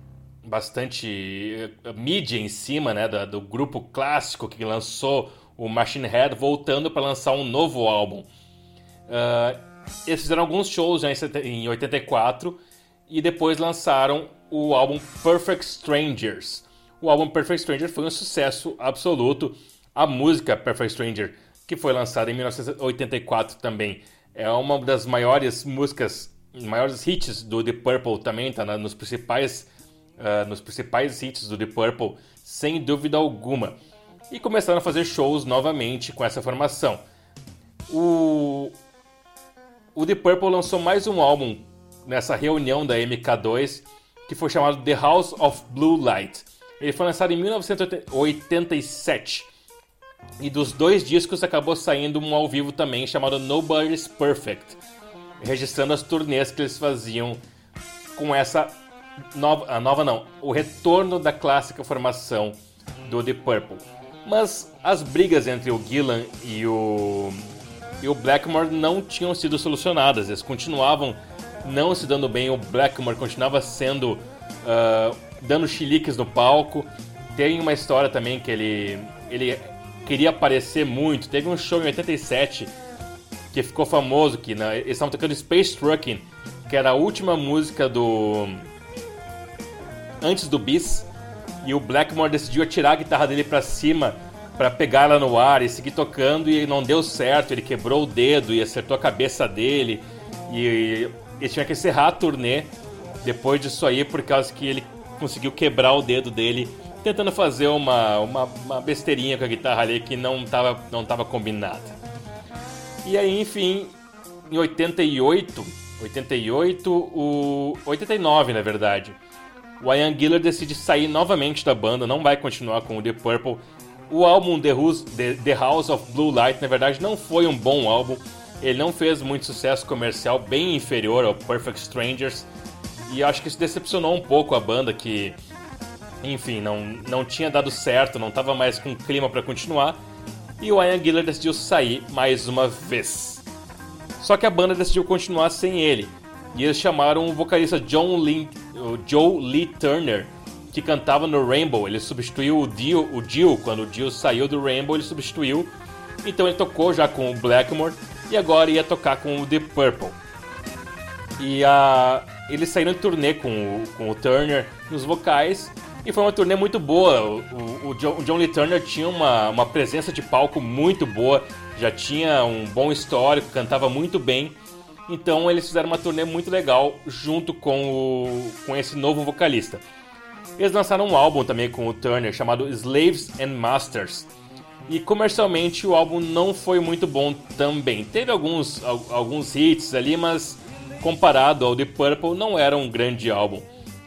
mídia em cima, né, do grupo clássico que lançou o Machine Head, voltando para lançar um novo álbum. Eles fizeram alguns shows já em 84 e depois lançaram o álbum Perfect Strangers. O álbum Perfect Stranger foi um sucesso absoluto. A música Perfect Stranger, que foi lançada em 1984 também, é uma das maiores músicas, maiores hits do Deep Purple também, tá nos principais hits do Deep Purple, sem dúvida alguma. E começaram a fazer shows novamente com essa formação. O Deep Purple lançou mais um álbum nessa reunião da MK2, que foi chamado The House of Blue Light. Ele foi lançado em 1987. E dos 2 discos acabou saindo um ao vivo também, chamado Nobody's Perfect, registrando as turnês que eles faziam com essa o retorno da clássica formação do Deep Purple. Mas as brigas entre o Gillan e o Blackmore não tinham sido solucionadas. Eles continuavam não se dando bem. O Blackmore continuava dando chiliques no palco. Tem uma história também que ele queria aparecer muito. Teve um show em 87 que ficou famoso, que eles estavam tocando Space Truckin', que era a última música antes do bis, e o Blackmore decidiu atirar a guitarra dele pra cima pra pegar ela no ar e seguir tocando, e não deu certo. Ele quebrou o dedo e acertou a cabeça dele, e ele tinha que encerrar a turnê depois disso aí, por causa que ele conseguiu quebrar o dedo dele tentando fazer uma besteirinha com a guitarra ali que não tava combinada. E aí, enfim, em 89 na verdade, o Ian Gillan decide sair novamente da banda, não vai continuar com o Deep Purple. O álbum The House of Blue Light, na verdade, não foi um bom álbum. Ele não fez muito sucesso comercial, bem inferior ao Perfect Strangers. E acho que isso decepcionou um pouco a banda, que, enfim, não tinha dado certo, não estava mais com clima para continuar. E o Ian Gillan decidiu sair mais uma vez. Só que a banda decidiu continuar sem ele. E eles chamaram o vocalista Joe Lee Turner, que cantava no Rainbow. Ele substituiu o Dio, quando o Dio saiu do Rainbow, ele substituiu. Então ele tocou já com o Blackmore e agora ia tocar com o Deep Purple. E eles saíram em turnê com o Turner nos vocais, e foi uma turnê muito boa. O John Lee Turner tinha uma presença de palco muito boa, já tinha um bom histórico, cantava muito bem. Então eles fizeram uma turnê muito legal junto com esse novo vocalista. Eles lançaram um álbum também com o Turner chamado Slaves and Masters. E comercialmente o álbum não foi muito bom também. Teve alguns hits ali, mas comparado ao Deep Purple não era um grande álbum.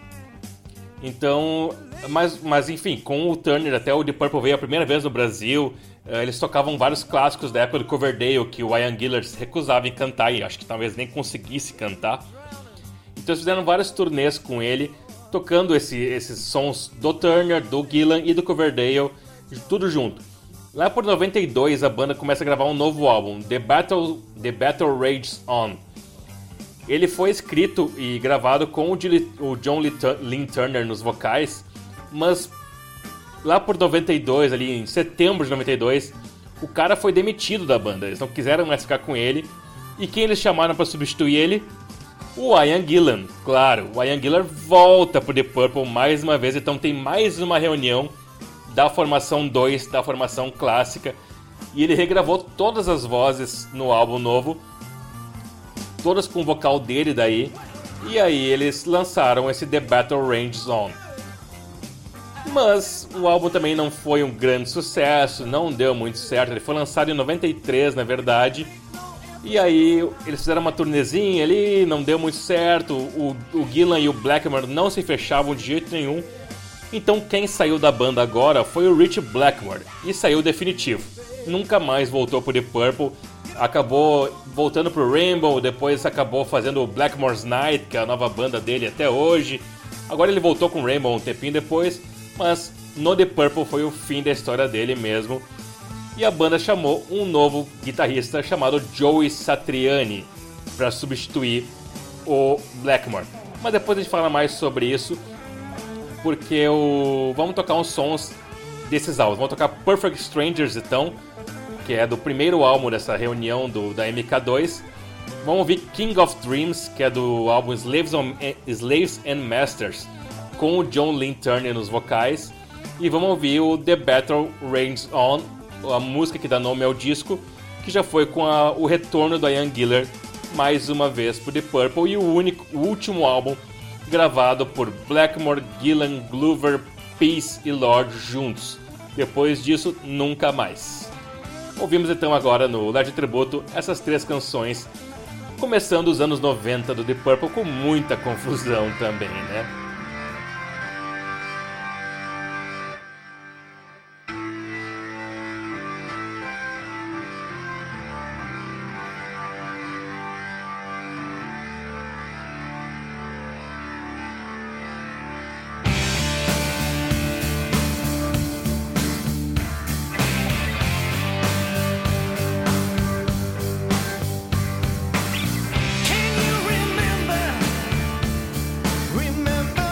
Então, mas enfim, com o Turner até o Deep Purple veio a primeira vez no Brasil. Eles tocavam vários clássicos da época do Coverdale que o Ian Gillan se recusava em cantar, e acho que talvez nem conseguisse cantar. Então eles fizeram vários turnês com ele, tocando esses sons do Turner, do Gillan e do Coverdale, tudo junto. Lá por 92 a banda começa a gravar um novo álbum, The Battle Rages On. Ele foi escrito e gravado com o John Lee Turner nos vocais, mas lá por 92, ali em setembro de 92, o cara foi demitido da banda. Eles não quiseram mais ficar com ele. E quem eles chamaram para substituir ele? O Ian Gillan. Claro, o Ian Gillan volta pro Deep Purple mais uma vez. Então tem mais uma reunião da formação 2, da formação clássica. E ele regravou todas as vozes no álbum novo, todas com o vocal dele daí. E aí eles lançaram esse The Battle Rages On. Mas o álbum também não foi um grande sucesso, não deu muito certo. Ele foi lançado em 93, na verdade. E aí eles fizeram uma turnezinha ali, não deu muito certo. O Gillan e o Blackmore não se fechavam de jeito nenhum. Então quem saiu da banda agora foi o Rich Blackmore. E saiu definitivo. Nunca mais voltou pro Deep Purple. Acabou voltando pro Rainbow, depois acabou fazendo o Blackmore's Night, que é a nova banda dele até hoje. Agora ele voltou com o Rainbow um tempinho depois, mas no The Purple foi o fim da história dele mesmo. E a banda chamou um novo guitarrista chamado Joey Satriani para substituir o Blackmore. Mas depois a gente fala mais sobre isso, porque vamos tocar uns sons desses álbuns. Vamos tocar Perfect Strangers então, que é do primeiro álbum dessa reunião da MK2. Vamos ouvir King of Dreams, que é do álbum Slaves and Masters, com o John Lynn Turner nos vocais. E vamos ouvir o The Battle Rages On, a música que dá nome ao disco, que já foi com o retorno do Ian Gillan mais uma vez pro The Purple, e o último álbum gravado por Blackmore, Gillan, Glover, Peace e Lord juntos. Depois disso, nunca mais. Ouvimos então agora no Lar de Tributo essas 3 canções, começando os anos 90 do The Purple, com muita confusão também, né? Remember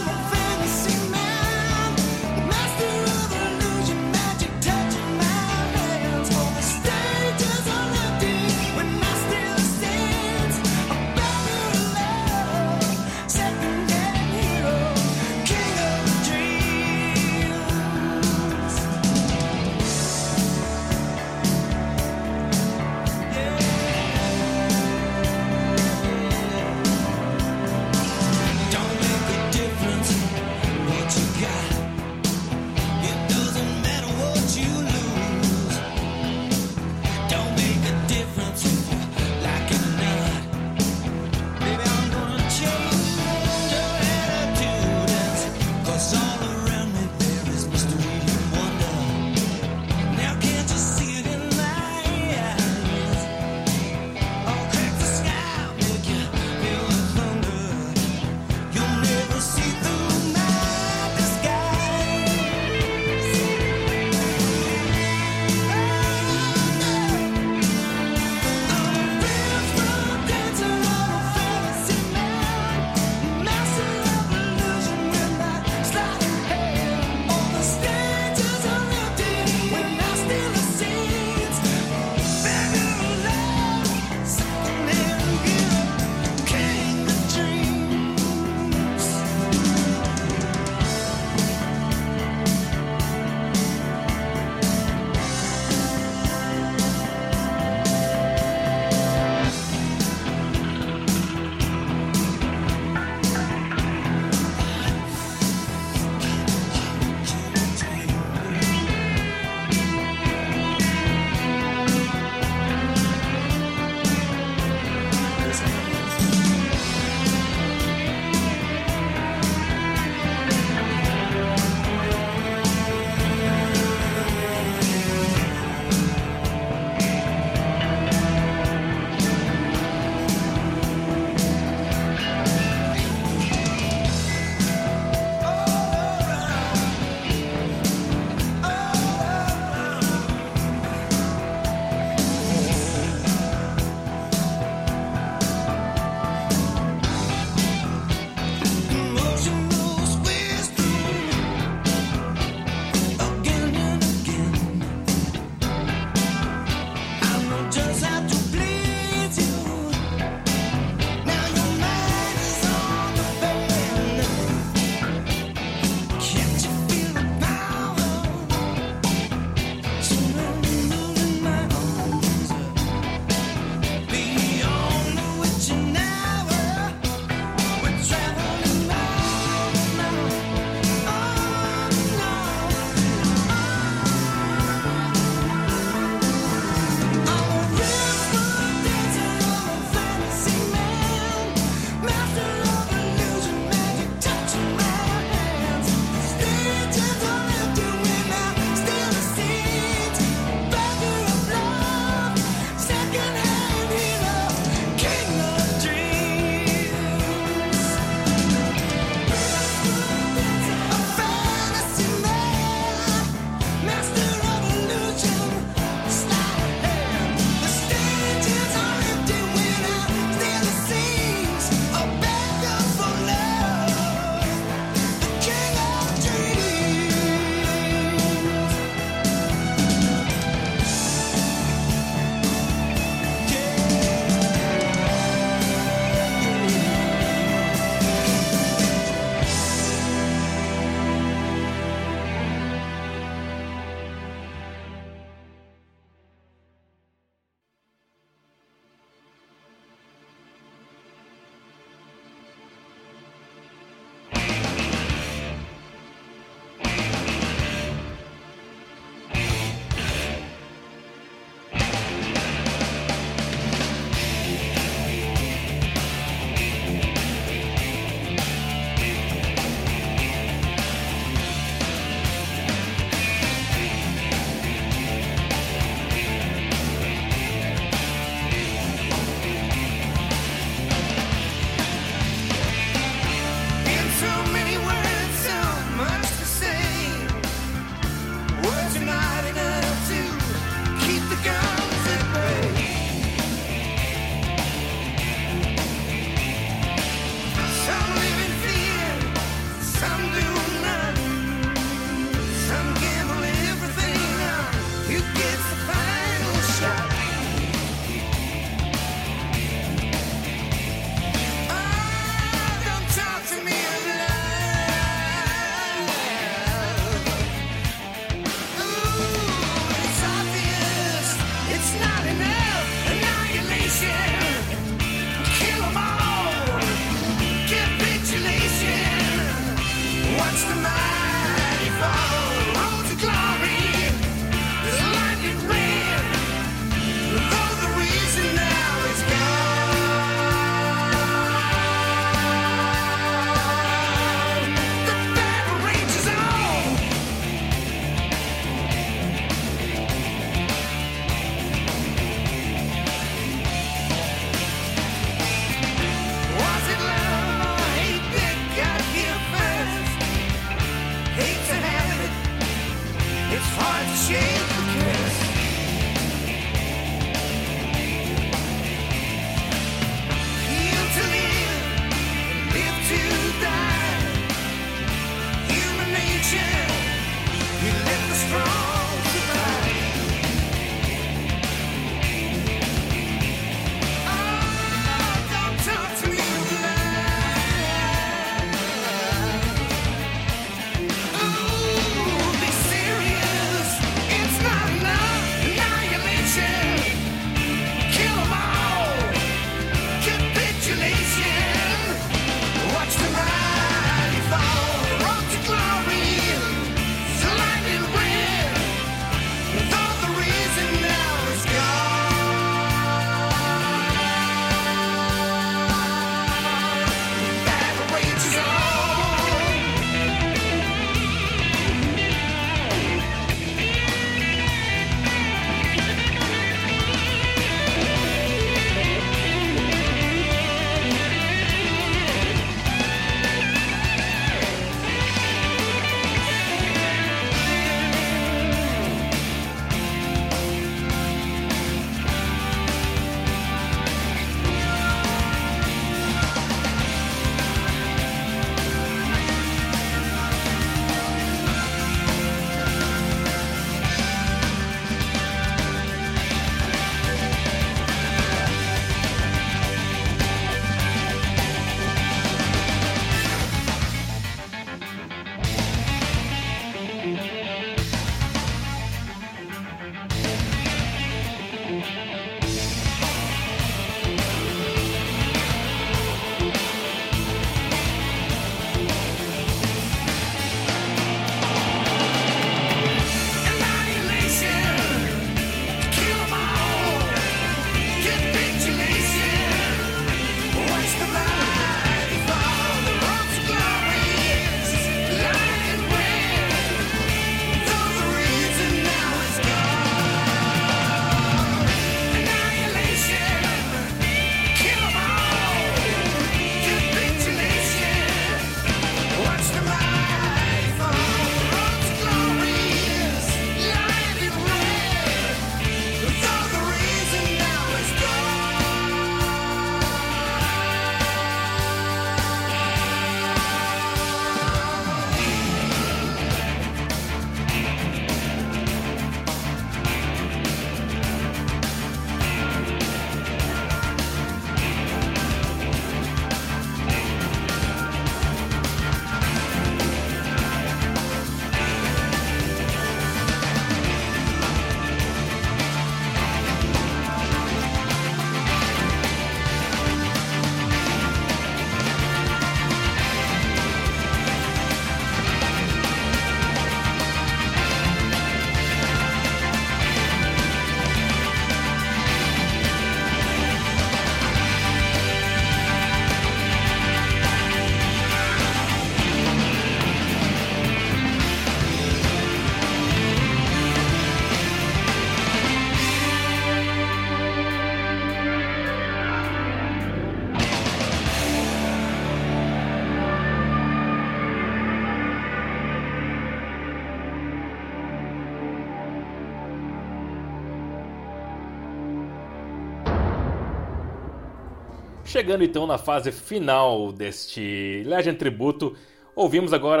Chegando então na fase final deste Legend Tributo, ouvimos agora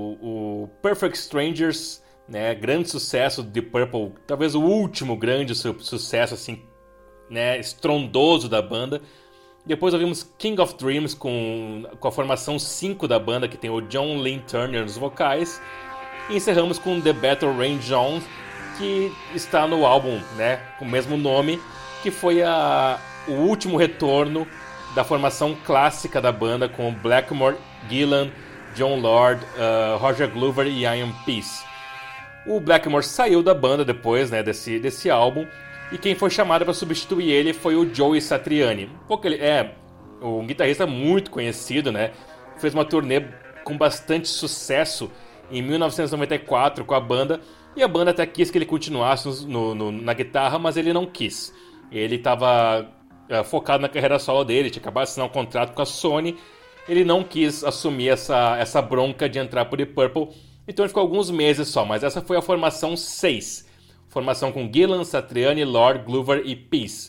o Perfect Strangers, né, grande sucesso do Deep Purple, talvez o último grande sucesso assim, né, estrondoso da banda. Depois ouvimos King of Dreams com a formação 5 da banda, que tem o John Lynn Turner nos vocais. E encerramos com The Battle Rain Jones, que está no álbum, né, com o mesmo nome, que foi o último retorno da formação clássica da banda, com Blackmore, Gillan, Jon Lord, Roger Glover e Ian Peace. O Blackmore saiu da banda depois, né, desse álbum, e quem foi chamado para substituir ele foi o Joey Satriani. Porque ele é um guitarrista muito conhecido, né? Fez uma turnê com bastante sucesso em 1994 com a banda, e a banda até quis que ele continuasse na guitarra, mas ele não quis. Ele estava focado na carreira solo dele, tinha acabado de assinar um contrato com a Sony, ele não quis assumir essa bronca de entrar pro Deep Purple, então ele ficou alguns meses só, mas essa foi a formação 6. Formação com Gillan, Satriani, Lord, Glover e Peace.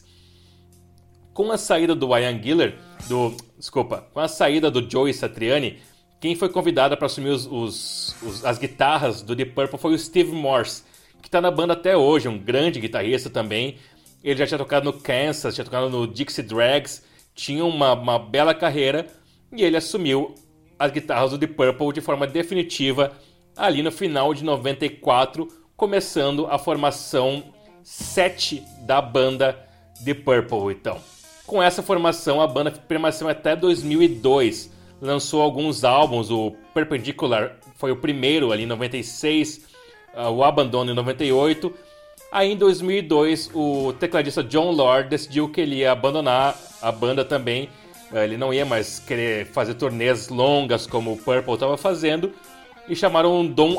Com a saída do Ian Gillan, com a saída do Joey Satriani, quem foi convidado para assumir as guitarras do Deep Purple foi o Steve Morse, que está na banda até hoje, um grande guitarrista também. Ele já tinha tocado no Kansas, tinha tocado no Dixie Dregs, tinha uma bela carreira, e ele assumiu as guitarras do Deep Purple de forma definitiva ali no final de 94, começando a formação 7 da banda Deep Purple. Então, com essa formação, a banda permaneceu até 2002, lançou alguns álbuns, o Perpendicular foi o primeiro ali em 96, o Abandono em 98. Aí em 2002, o tecladista Jon Lord decidiu que ele ia abandonar a banda também. Ele não ia mais querer fazer turnês longas como o Purple estava fazendo, e chamaram Don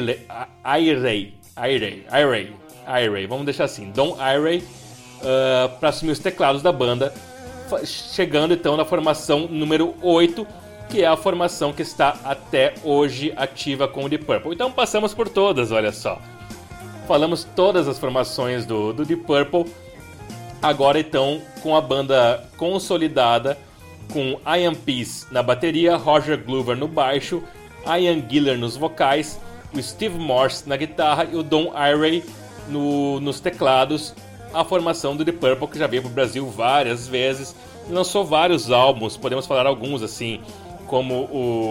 Airey, vamos deixar assim, Don Airey, para assumir os teclados da banda, chegando então na formação número 8, que é a formação que está até hoje ativa com o Deep Purple. Então passamos por todas, olha só. Falamos todas as formações do Deep Purple. Agora então com a banda consolidada, com Ian Peace na bateria, Roger Glover no baixo, Ian Gillan nos vocais, o Steve Morse na guitarra e o Don Airey nos teclados. A formação do Deep Purple, que já veio para o Brasil várias vezes, lançou vários álbuns, podemos falar alguns assim, como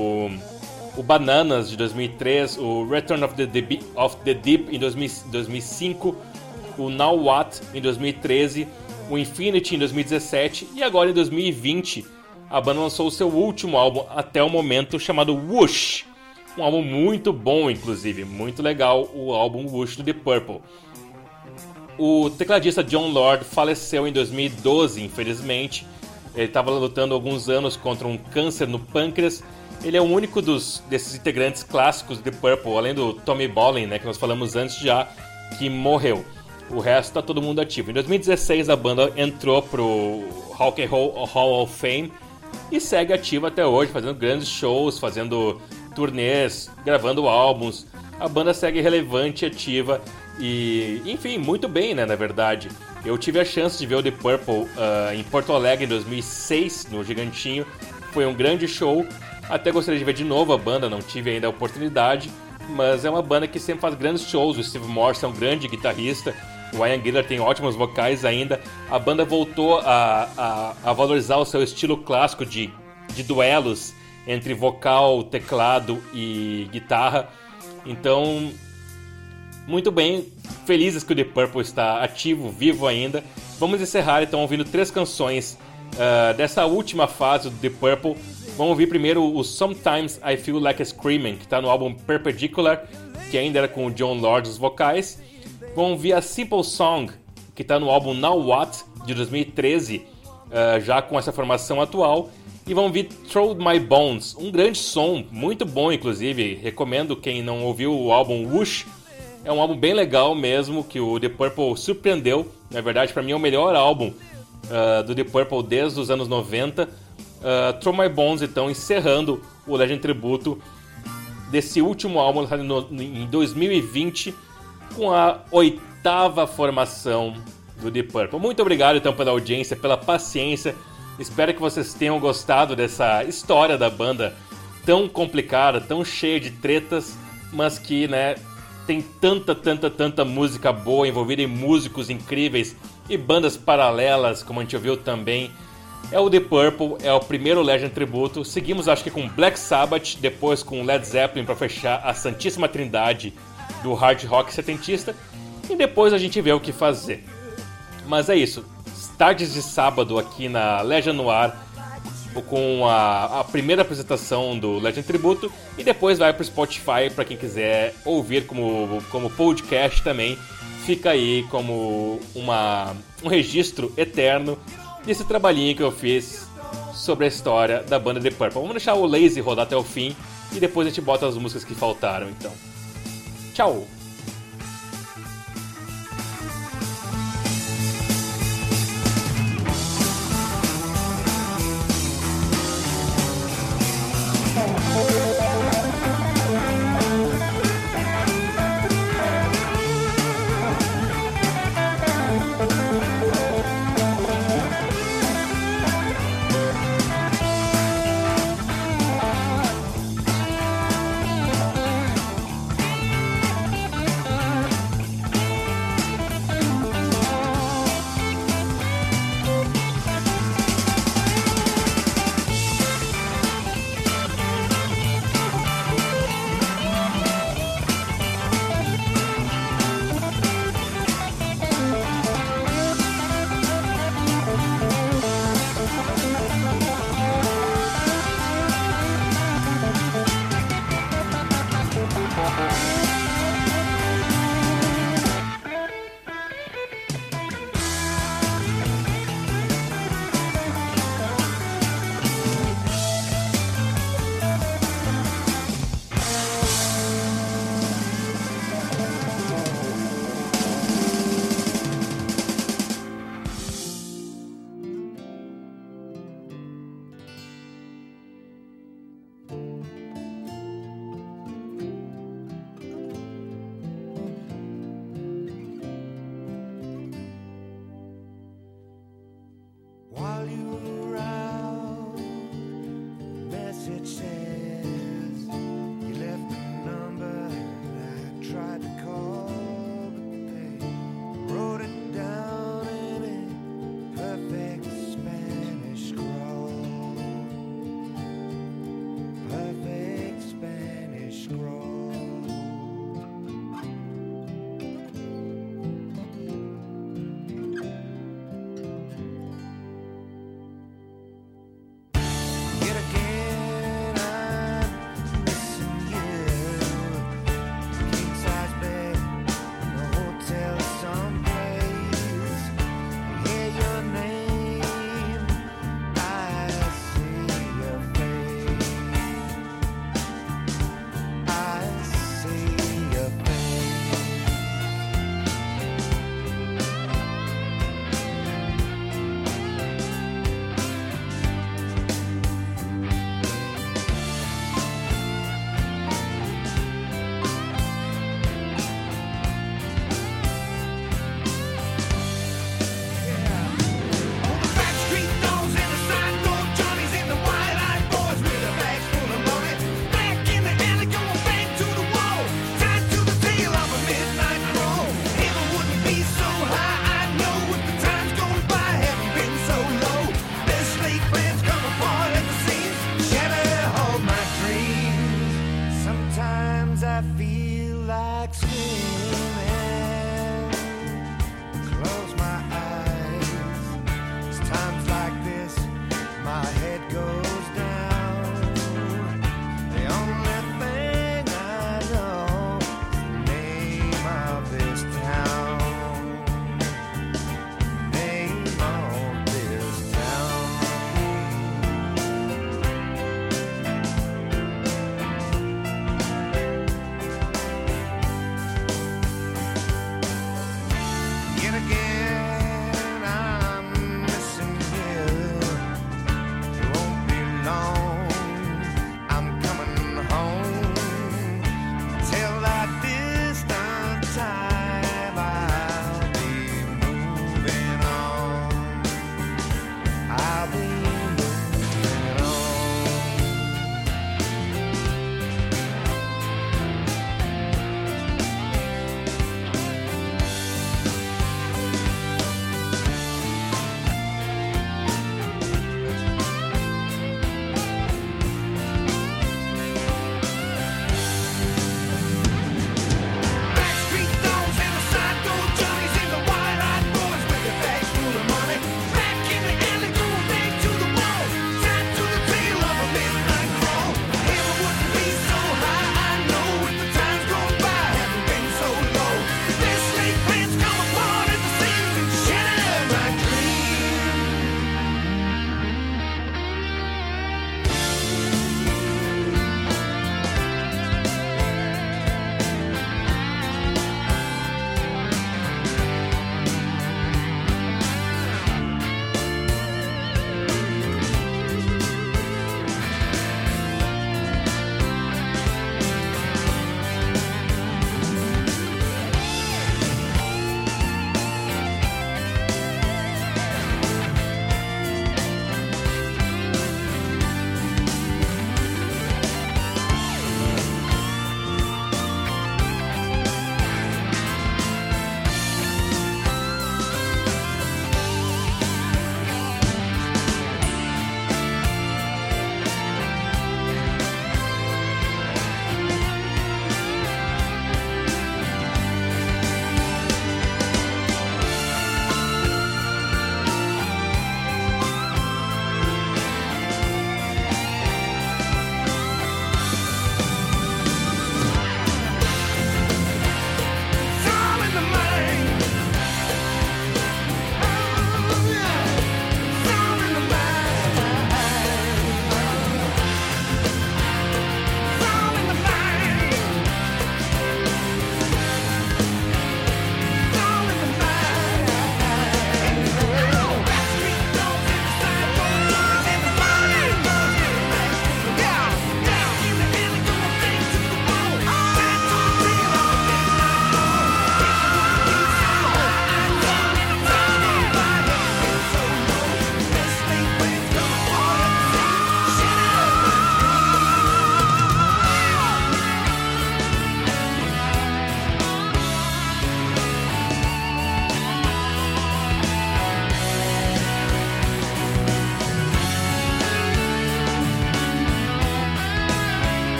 o Bananas de 2003, o Return of the Deep em 2005, o Now What em 2013, o Infinity em 2017 e agora em 2020 a banda lançou o seu último álbum até o momento, chamado Whoosh. Um álbum muito bom, inclusive, muito legal, o álbum Whoosh do Deep Purple. O tecladista Jon Lord faleceu em 2012, infelizmente. Ele estava lutando há alguns anos contra um câncer no pâncreas. Ele é o único desses integrantes clássicos do Deep Purple, além do Tommy Bolin, né, que nós falamos antes já, que morreu. O resto está todo mundo ativo. Em 2016 a banda entrou pro Rock and Roll Hall of Fame e segue ativa até hoje, fazendo grandes shows, fazendo turnês, gravando álbuns. A banda segue relevante, ativa e, enfim, muito bem, né, na verdade. Eu tive a chance de ver o Deep Purple em Porto Alegre em 2006, no Gigantinho. Foi um grande show. Até gostaria de ver de novo a banda, não tive ainda a oportunidade, mas é uma banda que sempre faz grandes shows. O Steve Morse é um grande guitarrista, o Ian Gillan tem ótimos vocais ainda. A banda voltou a valorizar o seu estilo clássico de duelos entre vocal, teclado e guitarra. Então, muito bem, felizes que o Deep Purple está ativo, vivo ainda. Vamos encerrar então ouvindo 3 canções dessa última fase do Deep Purple. Vamos ouvir primeiro o Sometimes I Feel Like Screaming, que está no álbum Perpendicular, que ainda era com o Jon Lord nos vocais. Vamos ouvir a Simple Song, que está no álbum Now What, de 2013, já com essa formação atual. E vamos ouvir Throw My Bones, um grande som, muito bom inclusive. Recomendo quem não ouviu o álbum Whoosh. É um álbum bem legal mesmo, que o Deep Purple surpreendeu. Na verdade, para mim é o melhor álbum do Deep Purple desde os anos 90. Throw My Bones, então, encerrando o Legend Tributo desse último álbum lançado em 2020, com a 8ª formação do Deep Purple. Muito obrigado, então, pela audiência, pela paciência. Espero que vocês tenham gostado dessa história da banda tão complicada, tão cheia de tretas, mas que, né, tem tanta música boa envolvida em músicos incríveis e bandas paralelas, como a gente ouviu também. É o The Purple, é o primeiro Legend tributo. Seguimos, acho que com Black Sabbath, depois com Led Zeppelin para fechar a Santíssima Trindade do hard rock setentista. E depois a gente vê o que fazer. Mas é isso. Tardes de sábado aqui na Legend no Ar, com a primeira apresentação do Legend Tributo, e depois vai pro Spotify para quem quiser ouvir como podcast também. Fica aí como um registro eterno desse trabalhinho que eu fiz sobre a história da banda The Purple. Vamos deixar o Lazy rodar até o fim e depois a gente bota as músicas que faltaram, então. Tchau!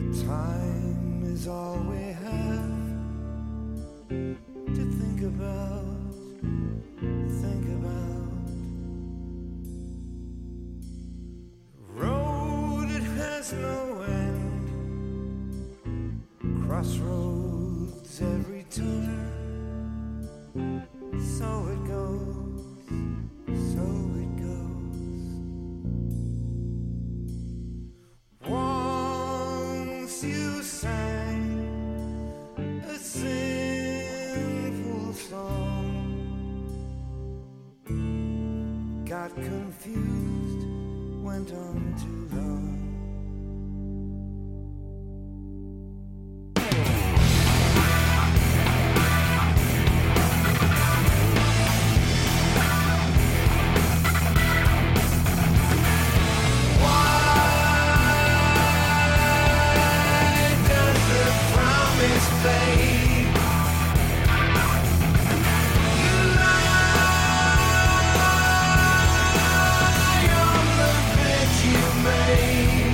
Time is all we have to think about, think about. Road, it has no end, crossroads every turn. So it goes, so it goes. Once you sang a sinful song, got confused, went on too long. Made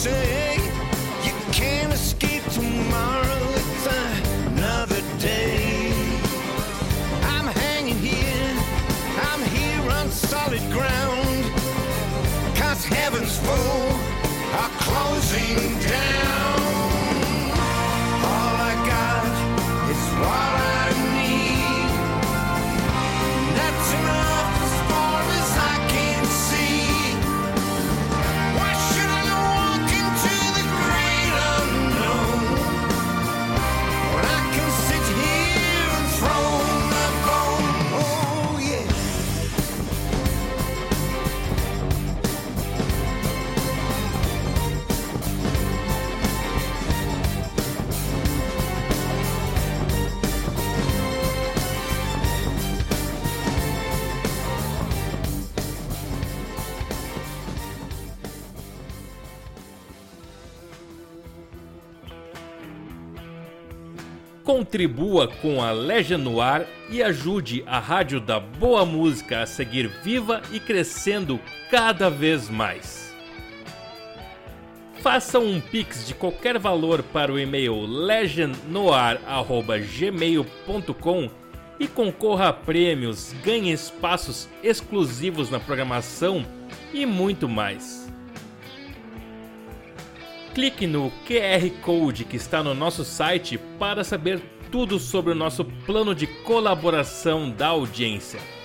say you can't escape tomorrow. It's another day. I'm hanging here, I'm here on solid ground, 'cause heaven's full are closing down. All I got is what I need. That's enough as far as I can see. Why should I walk into the great unknown when I can sit here and throw my bone? Oh yeah. Contribua com a Legion no ar e ajude a Rádio da Boa Música a seguir viva e crescendo cada vez mais. Faça um pix de qualquer valor para o e-mail legionnoar@gmail.com e concorra a prêmios, ganhe espaços exclusivos na programação e muito mais. Clique no QR Code que está no nosso site para saber tudo sobre o nosso plano de colaboração da audiência.